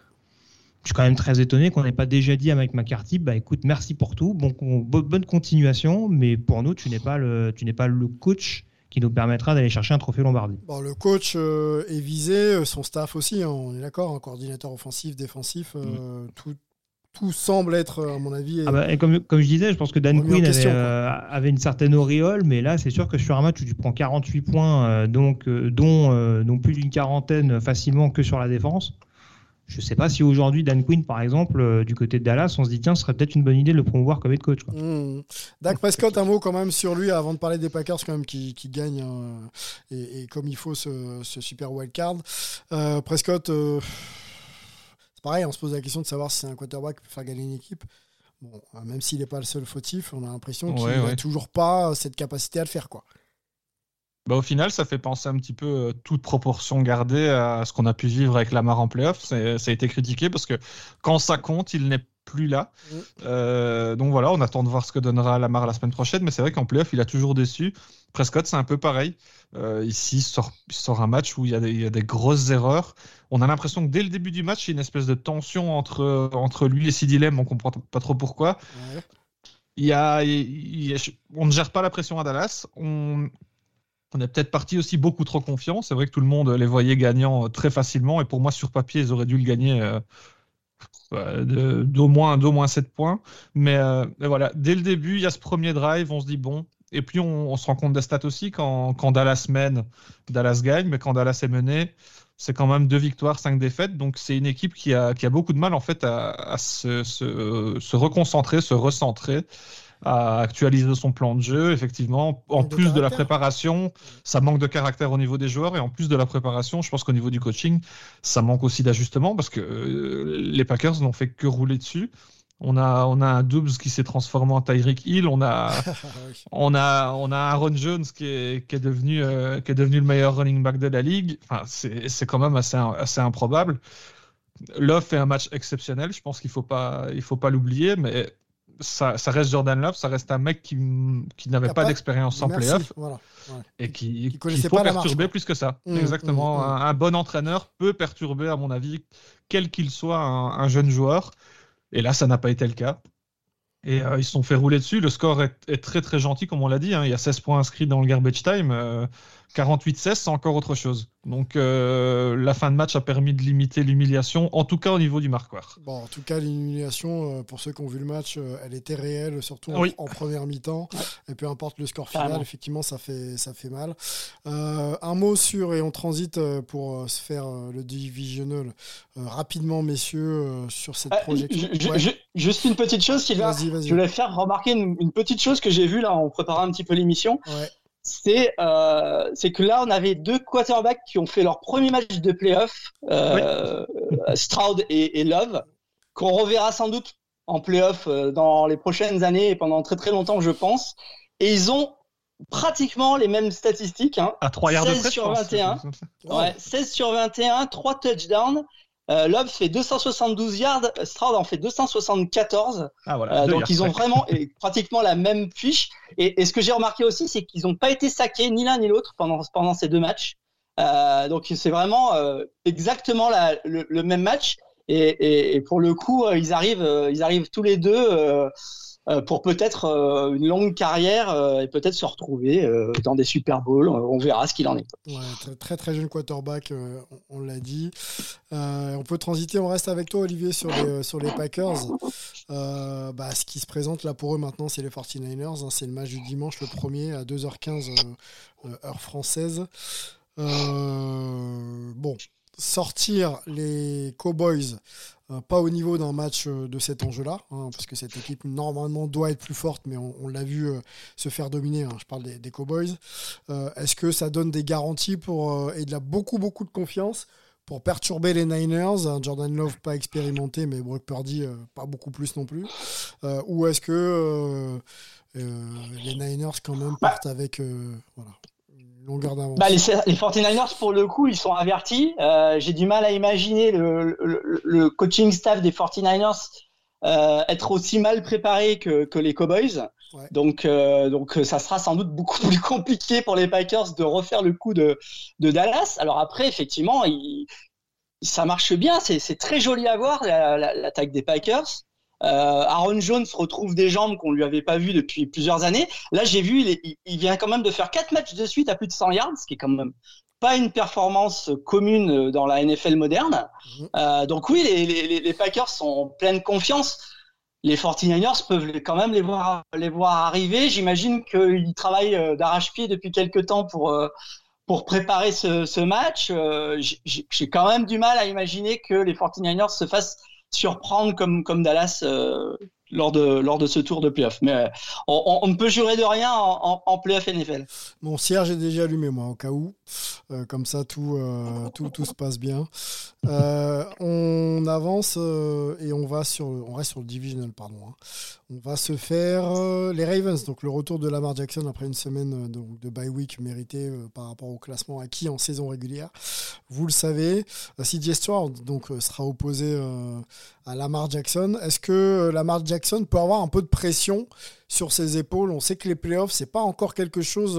E: je suis quand même très étonné qu'on n'ait pas déjà dit à Mike McCarthy, écoute, merci pour tout, bonne continuation, mais pour nous, tu n'es pas le coach qui nous permettra d'aller chercher un trophée Lombardi.
B: Bon, le coach est visé, son staff aussi, hein, on est d'accord, un coordinateur offensif, défensif, tout semble être, à mon avis...
E: et comme je disais, je pense que Dan Quinn avait une certaine auréole, mais là, c'est sûr que sur un match où tu prends 48 points, dont plus d'une quarantaine facilement que sur la défense, je ne sais pas si aujourd'hui, Dan Quinn, par exemple, du côté de Dallas, on se dit, tiens, ce serait peut-être une bonne idée de le promouvoir comme head coach.
B: Dak Prescott, un mot quand même sur lui, avant de parler des Packers quand même, qui gagnent et comme il faut ce super wildcard. Prescott, c'est pareil, on se pose la question de savoir si c'est un quarterback qui peut faire gagner une équipe. Bon, même s'il n'est pas le seul fautif, on a l'impression qu'il n'a toujours pas cette capacité à le faire, quoi.
D: Bah, au final, ça fait penser un petit peu, toute proportion gardée, à ce qu'on a pu vivre avec Lamar en playoff. Ça a été critiqué parce que quand ça compte, il n'est plus là. Donc voilà, on attend de voir ce que donnera Lamar la semaine prochaine. Mais c'est vrai qu'en playoff, il a toujours déçu. Prescott, c'est un peu pareil. Ici, il sort un match où il y a des grosses erreurs. On a l'impression que dès le début du match, il y a une espèce de tension entre lui et CeeDee Lamb. On ne comprend pas trop pourquoi. Ouais. On ne gère pas la pression à Dallas. On est peut-être parti aussi beaucoup trop confiant. C'est vrai que tout le monde les voyait gagnants très facilement. Et pour moi, sur papier, ils auraient dû le gagner d'au moins 7 points. Mais voilà, dès le début, il y a ce premier drive. On se dit bon. Et puis, on se rend compte des stats aussi. Quand Dallas mène, Dallas gagne. Mais quand Dallas est mené, c'est quand même 2 victoires, 5 défaites. Donc, c'est une équipe qui a beaucoup de mal en fait à se reconcentrer, se recentrer, à actualiser son plan de jeu. Effectivement, en plus de la préparation, ça manque de caractère au niveau des joueurs, et en plus de la préparation, je pense qu'au niveau du coaching, ça manque aussi d'ajustement, parce que les Packers n'ont fait que rouler dessus. On a un Doubs qui s'est transformé en Tyreek Hill. On a Aaron Jones qui est devenu le meilleur running back de la ligue. Enfin, c'est quand même assez improbable. Love fait un match exceptionnel. Je pense qu'il faut pas l'oublier, mais ça reste Jordan Love, ça reste un mec qui n'avait pas d'expérience en playoff,
B: voilà. Ouais.
D: Et qu'il
B: connaissait
D: faut
B: pas
D: perturber plus que ça. Exactement. Un bon entraîneur peut perturber, à mon avis, quel qu'il soit, un jeune joueur. Et là, ça n'a pas été le cas. Et ils se sont fait rouler dessus. Le score est très très gentil, comme on l'a dit. Il y a 16 points inscrits dans le garbage time. 48-16, c'est encore autre chose. Donc la fin de match a permis de limiter l'humiliation, en tout cas au niveau du marqueur.
B: Bon, en tout cas, l'humiliation, pour ceux qui ont vu le match, elle était réelle, surtout en première mi-temps. Et peu importe le score final, effectivement, ça fait mal. Un mot et on transite pour se faire le divisional rapidement, messieurs, sur cette projection.
C: Juste une petite chose, Sylvain.
B: Vas-y.
C: Je voulais faire remarquer une petite chose que j'ai vue là en préparant un petit peu l'émission.
B: Ouais.
C: C'est que là, on avait 2 quarterbacks qui ont fait leur premier match de playoff, Stroud et Love, qu'on reverra sans doute en playoff dans les prochaines années et pendant très très longtemps, je pense. Et ils ont pratiquement les mêmes statistiques.
D: À 3 yards de près,
C: 16 sur 21. Ouais, 16 sur 21, 3 touchdowns. Love fait 272 yards, Stroud en fait 274. Donc ils ont vraiment pratiquement la même fiche. Et ce que j'ai remarqué aussi, c'est qu'ils n'ont pas été saqués ni l'un ni l'autre pendant ces 2 matchs. Donc c'est vraiment exactement le même match. Et pour le coup, ils arrivent tous les deux pour peut-être une longue carrière et peut-être se retrouver dans des Super Bowls. On verra ce qu'il en est.
B: Ouais, très, très très jeune quarterback, on l'a dit. On peut transiter, on reste avec toi, Olivier, sur les Packers. Ce qui se présente là pour eux maintenant, c'est les 49ers. C'est le match du dimanche, le premier, à 2h15 heure française. Sortir les Cowboys, pas au niveau d'un match de cet enjeu-là, parce que cette équipe normalement doit être plus forte, mais on l'a vu se faire dominer. Je parle des Cowboys. Est-ce que ça donne des garanties et de la beaucoup de confiance pour perturber les Niners? Jordan Love pas expérimenté, mais Brock Purdy pas beaucoup plus non plus. Ou est-ce que les Niners quand même partent avec longueur d'avance?
C: Les 49ers, pour le coup, ils sont avertis. J'ai du mal à imaginer le coaching staff des 49ers être aussi mal préparé que les Cowboys. Ouais. Donc, ça sera sans doute beaucoup plus compliqué pour les Packers de refaire le coup de Dallas. Alors après, effectivement, ça marche bien. C'est très joli à voir, l'attaque des Packers. Aaron Jones retrouve des jambes qu'on lui avait pas vues depuis plusieurs années. Là, j'ai vu, il vient quand même de faire 4 matchs de suite à plus de 100 yards, ce qui est quand même pas une performance commune dans la NFL moderne. Donc oui, les Packers sont en pleine confiance. Les 49ers peuvent quand même les voir arriver. J'imagine qu'ils travaillent d'arrache-pied depuis quelques temps pour préparer ce match. J'ai quand même du mal à imaginer que les 49ers se fassent surprendre comme Dallas lors de ce tour de playoff. Mais on ne peut jurer de rien en playoff NFL.
B: Mon cierge est déjà allumé, moi, au cas où. Comme ça, tout se passe bien. On avance et on reste sur le divisional, pardon. On va se faire les Ravens, donc le retour de Lamar Jackson après une semaine de bye week méritée par rapport au classement acquis en saison régulière. Vous le savez, CJ Stroud donc sera opposé à Lamar Jackson. Est-ce que Lamar Jackson peut avoir un peu de pression sur ses épaules? On sait que les playoffs, c'est pas encore quelque chose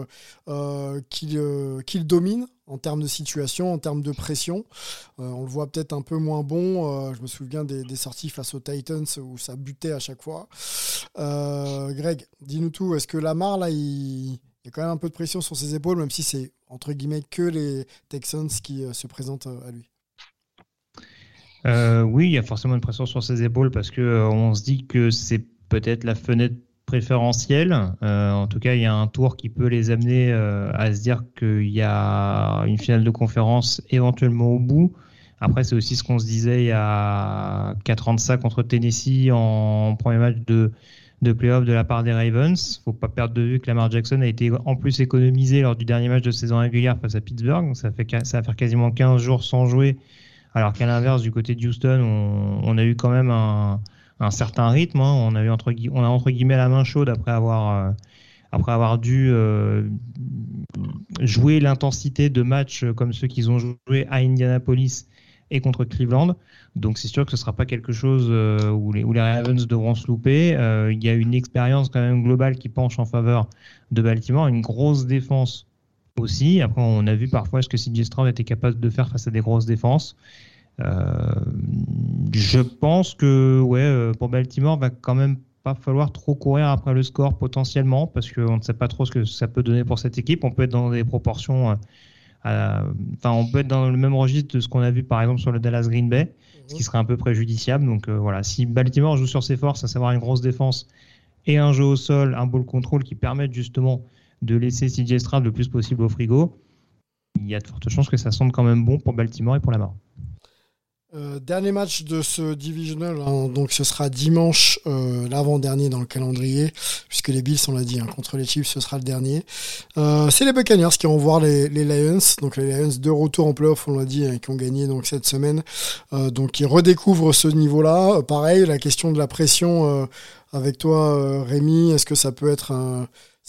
B: qu'il domine en termes de situation, en termes de pression. On le voit peut-être un peu moins bon. Je me souviens des sorties face aux Titans où ça butait à chaque fois. Greg, dis-nous tout. Est-ce que Lamar, là, il y a quand même un peu de pression sur ses épaules, même si c'est, entre guillemets, que les Texans qui se présentent à lui?
E: Oui, il y a forcément une pression sur ses épaules parce qu'on se dit que c'est peut-être la fenêtre préférentielle. En tout cas, il y a un tour qui peut les amener à se dire qu'il y a une finale de conférence éventuellement au bout. Après, c'est aussi ce qu'on se disait il y a 4 ans de ça contre Tennessee en premier match de play-off de la part des Ravens. Faut pas perdre de vue que Lamar Jackson a été en plus économisé lors du dernier match de saison régulière face à Pittsburgh. Donc ça va faire quasiment 15 jours sans jouer. Alors qu'à l'inverse, du côté de Houston, on a eu quand même un certain rythme. On a entre guillemets la main chaude après avoir dû jouer l'intensité de matchs comme ceux qu'ils ont joué à Indianapolis et contre Cleveland. Donc c'est sûr que ce ne sera pas quelque chose où les Ravens devront se louper. Il y a une expérience quand même globale qui penche en faveur de Baltimore, une grosse défense aussi. Après, on a vu parfois ce que CJ Stroud était capable de faire face à des grosses défenses. Je pense que pour Baltimore, va quand même pas falloir trop courir après le score potentiellement parce qu'on ne sait pas trop ce que ça peut donner pour cette équipe. On peut être dans des proportions, on peut être dans le même registre de ce qu'on a vu par exemple sur le Dallas Green Bay, ce qui serait un peu préjudiciable. Donc voilà, si Baltimore joue sur ses forces, à savoir une grosse défense et un jeu au sol, un ball control qui permettent justement de laisser CJ Stroud le plus possible au frigo, il y a de fortes chances que ça sente quand même bon pour Baltimore et pour Lamar.
B: Dernier match de ce divisional, donc ce sera dimanche, l'avant-dernier dans le calendrier, puisque les Bills, on l'a dit, contre les Chiefs, ce sera le dernier. C'est les Buccaneers qui vont voir les Lions, donc les Lions de retour en playoff, on l'a dit, qui ont gagné donc cette semaine, donc ils redécouvrent ce niveau-là. Pareil, la question de la pression avec toi, Rémi, est-ce que ça peut être un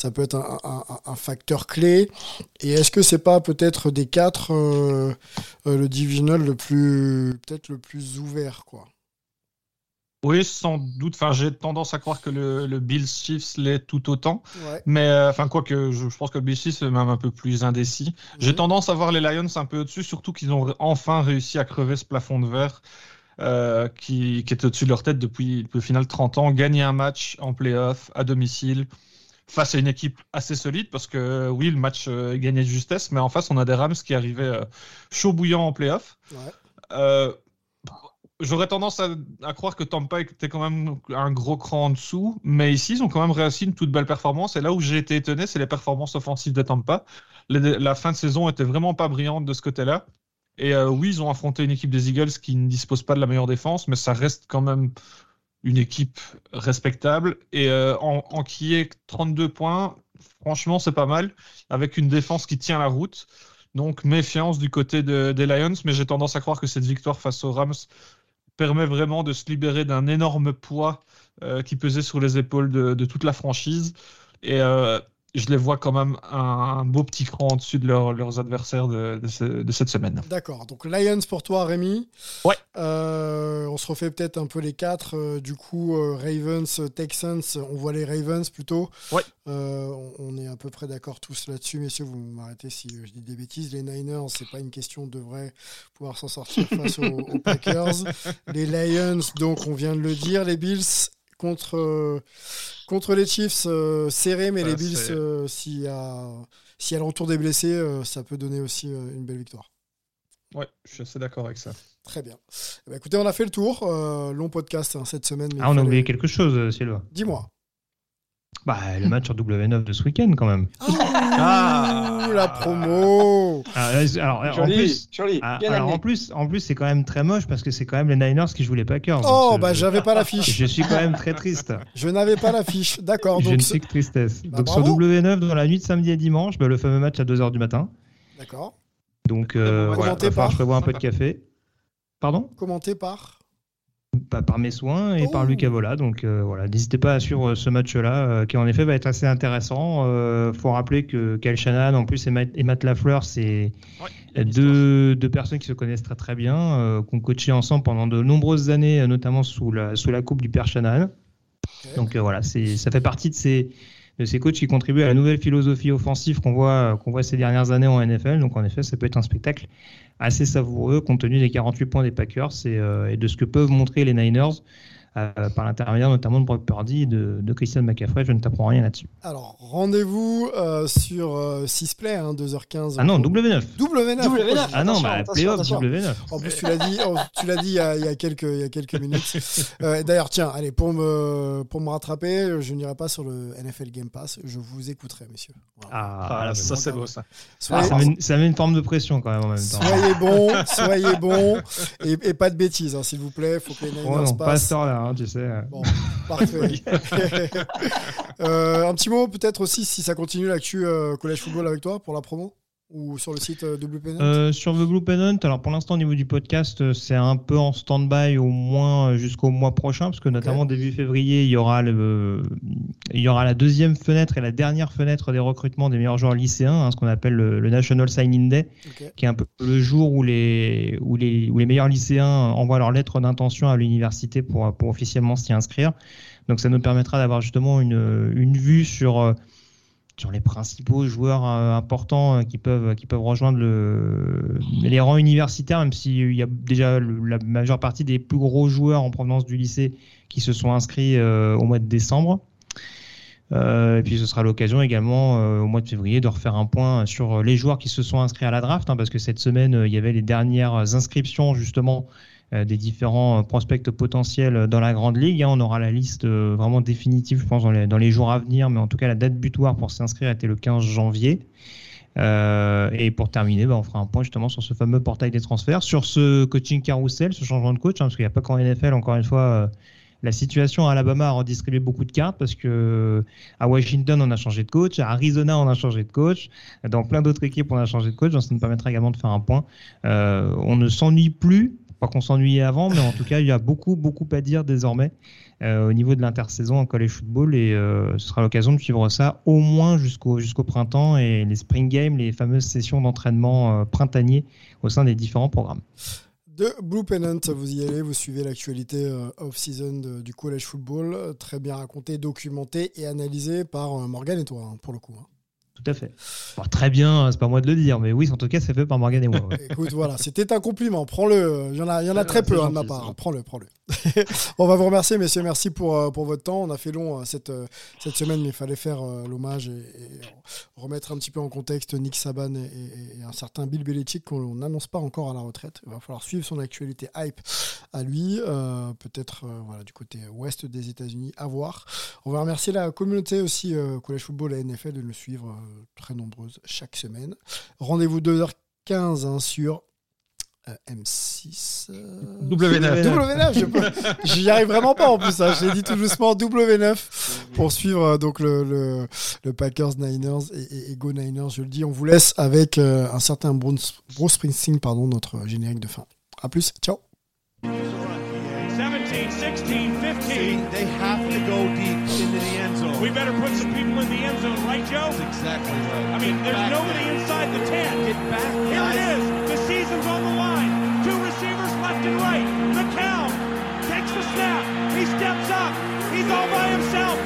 B: facteur clé? Et est-ce que c'est pas peut-être des 4 le divisional le plus ouvert, quoi?
D: Oui, sans doute. Enfin, j'ai tendance à croire que le Bills Chiefs l'est tout autant.
B: Ouais.
D: Mais quoique je pense que le Bills Chiefs est même un peu plus indécis. J'ai tendance à voir les Lions un peu au-dessus, surtout qu'ils ont enfin réussi à crever ce plafond de verre qui est au-dessus de leur tête depuis au final 30 ans. Gagner un match en play-off à domicile face à une équipe assez solide, parce que oui, le match est gagné de justesse, mais en face, on a des Rams qui arrivaient chaud bouillant en play-off. Ouais. J'aurais tendance à croire que Tampa était quand même un gros cran en dessous, mais ici, ils ont quand même réussi une toute belle performance. Et là où j'ai été étonné, c'est les performances offensives de Tampa. La fin de saison était vraiment pas brillante de ce côté-là. Et oui, ils ont affronté une équipe des Eagles qui ne dispose pas de la meilleure défense, mais ça reste quand même une équipe respectable et en qui est 32 points, franchement c'est pas mal, avec une défense qui tient la route. Donc méfiance du côté des Lions, mais j'ai tendance à croire que cette victoire face aux Rams permet vraiment de se libérer d'un énorme poids qui pesait sur les épaules de toute la franchise. Et je les vois quand même un beau petit cran au-dessus de leurs adversaires de cette semaine.
B: D'accord, donc Lions pour toi, Rémi.
D: Ouais.
B: On se refait peut-être un peu les 4. Du coup, Ravens, Texans, on voit les Ravens plutôt.
D: Ouais.
B: On est à peu près d'accord tous là-dessus, messieurs, vous m'arrêtez si je dis des bêtises. Les Niners, c'est pas une question, on devrait pouvoir s'en sortir face aux Packers. Les Lions, donc on vient de le dire, les Bills contre les Chiefs, serré, mais les Bills, s'il y a le retour des blessés, ça peut donner aussi une belle victoire.
D: Ouais, je suis assez d'accord avec ça.
B: Très bien. Écoutez, on a fait le tour. Long podcast cette semaine. Mais
E: on a oublié quelque chose, Sylvain.
B: Dis-moi.
E: Le match sur W9 de ce week-end, quand même.
B: La promo.
E: En plus, c'est quand même très moche parce que c'est quand même les Niners qui jouent les Packers.
B: J'avais pas l'affiche.
E: Je suis quand même très triste.
B: Je n'avais pas l'affiche. D'accord.
E: Je
B: donc
E: ne suis que tristesse. Donc
B: bravo.
E: sur W9, dans la nuit de samedi et dimanche, le fameux match à 2h du matin.
B: D'accord.
E: Donc, je prévois un peu de café. Pardon ?
B: Commenté par
E: par mes soins et par Luc Avola. Donc n'hésitez pas à suivre ce match-là, qui en effet va être assez intéressant. Faut rappeler que Kyle Shanahan, en plus, et Matt LaFleur, c'est deux personnes qui se connaissent très très bien, qui ont coaché ensemble pendant de nombreuses années, notamment sous la coupe du père Shanahan. Okay. Donc ça fait partie de ces coachs qui contribuent à la nouvelle philosophie offensive qu'on voit ces dernières années en NFL. Donc en effet, ça peut être un spectacle assez savoureux compte tenu des 48 points des Packers et de ce que peuvent montrer les Niners par l'intermédiaire notamment de Brock Purdy et de Christian McCaffrey. Je ne t'apprends rien là-dessus.
B: Alors, rendez-vous sur Sisplay, 2h15.
E: Ah non, W9.
B: W9.
E: Ah non, playoff W9.
B: En plus, tu l'as dit il y a quelques minutes. D'ailleurs, tiens, allez, pour me rattraper, je n'irai pas sur le NFL Game Pass. Je vous écouterai, messieurs.
D: Voilà. Ça c'est beau, ça.
E: Ça met une forme de pression quand même en même temps.
B: Soyez bons et pas de bêtises, s'il vous plaît. Faut que les Niners
E: passent. Tu sais.
B: Bon, parfait. Un petit mot peut-être aussi si ça continue l'actu College Football avec toi pour la promo ou sur le site The Blue Pennant. Sur The Blue Pennant, alors pour l'instant au niveau du podcast, c'est un peu en stand-by au moins jusqu'au mois prochain parce que notamment début février, il y aura la deuxième fenêtre et la dernière fenêtre des recrutements des meilleurs joueurs lycéens, ce qu'on appelle le National Signing Day, qui est un peu le jour où les meilleurs lycéens envoient leur lettre d'intention à l'université pour officiellement s'y inscrire. Donc ça nous permettra d'avoir justement une vue sur les principaux joueurs importants qui peuvent rejoindre les rangs universitaires, même s'il y a déjà la majeure partie des plus gros joueurs en provenance du lycée qui se sont inscrits au mois de décembre. Et puis ce sera l'occasion également au mois de février de refaire un point sur les joueurs qui se sont inscrits à la draft, parce que cette semaine il y avait les dernières inscriptions justement des différents prospects potentiels dans la grande ligue. On aura la liste vraiment définitive, je pense, dans les jours à venir, mais en tout cas la date butoir pour s'inscrire était le 15 janvier. Et pour terminer, on fera un point justement sur ce fameux portail des transferts, sur ce coaching carousel, ce changement de coach, parce qu'il n'y a pas qu'en NFL, encore une fois, la situation à Alabama a redistribué beaucoup de cartes, parce que à Washington on a changé de coach, à Arizona on a changé de coach, dans plein d'autres équipes on a changé de coach, donc ça nous permettra également de faire un point. On ne s'ennuie plus, pas qu'on s'ennuyait avant, mais en tout cas il y a beaucoup à dire désormais au niveau de l'intersaison en college football, et ce sera l'occasion de suivre ça au moins jusqu'au printemps et les spring games, les fameuses sessions d'entraînement printaniers au sein des différents programmes. De Blue Pennant, vous y allez, vous suivez l'actualité off-season du college football, très bien racontée, documentée et analysée par Morgan et toi, pour le coup. Tout à fait. Bon, très bien, c'est pas moi de le dire, mais oui, en tout cas, c'est fait par Morgan et moi. Ouais. Écoute, voilà, c'était un compliment, prends-le. Il y en a très peu de ma part, prends-le. On va vous remercier, messieurs, merci pour votre temps. On a fait long cette semaine, mais il fallait faire l'hommage et remettre un petit peu en contexte Nick Saban et un certain Bill Belichick qu'on n'annonce pas encore à la retraite. Il va falloir suivre son actualité hype à lui, peut-être du côté ouest des États-Unis, à voir. On va remercier la communauté aussi, College Football et NFL, de nous suivre très nombreuses chaque semaine. Rendez-vous 2h15 sur M6. W9. J'y arrive vraiment pas en plus. Je l'ai dit tout doucement, W9 pour suivre donc le Packers Niners et Go Niners. Je le dis, on vous laisse avec un certain Bruce Springsteen, notre générique de fin. À plus, ciao.
H: 17, 16, 15. They have to go deep into the end zone. We better put some people in the end zone, right, Joe? That's exactly right. I mean, there's nobody inside the 10. Get back. Here it is. The season's on the line. Two receivers left and right. McCown takes the snap. He steps up. He's all by himself.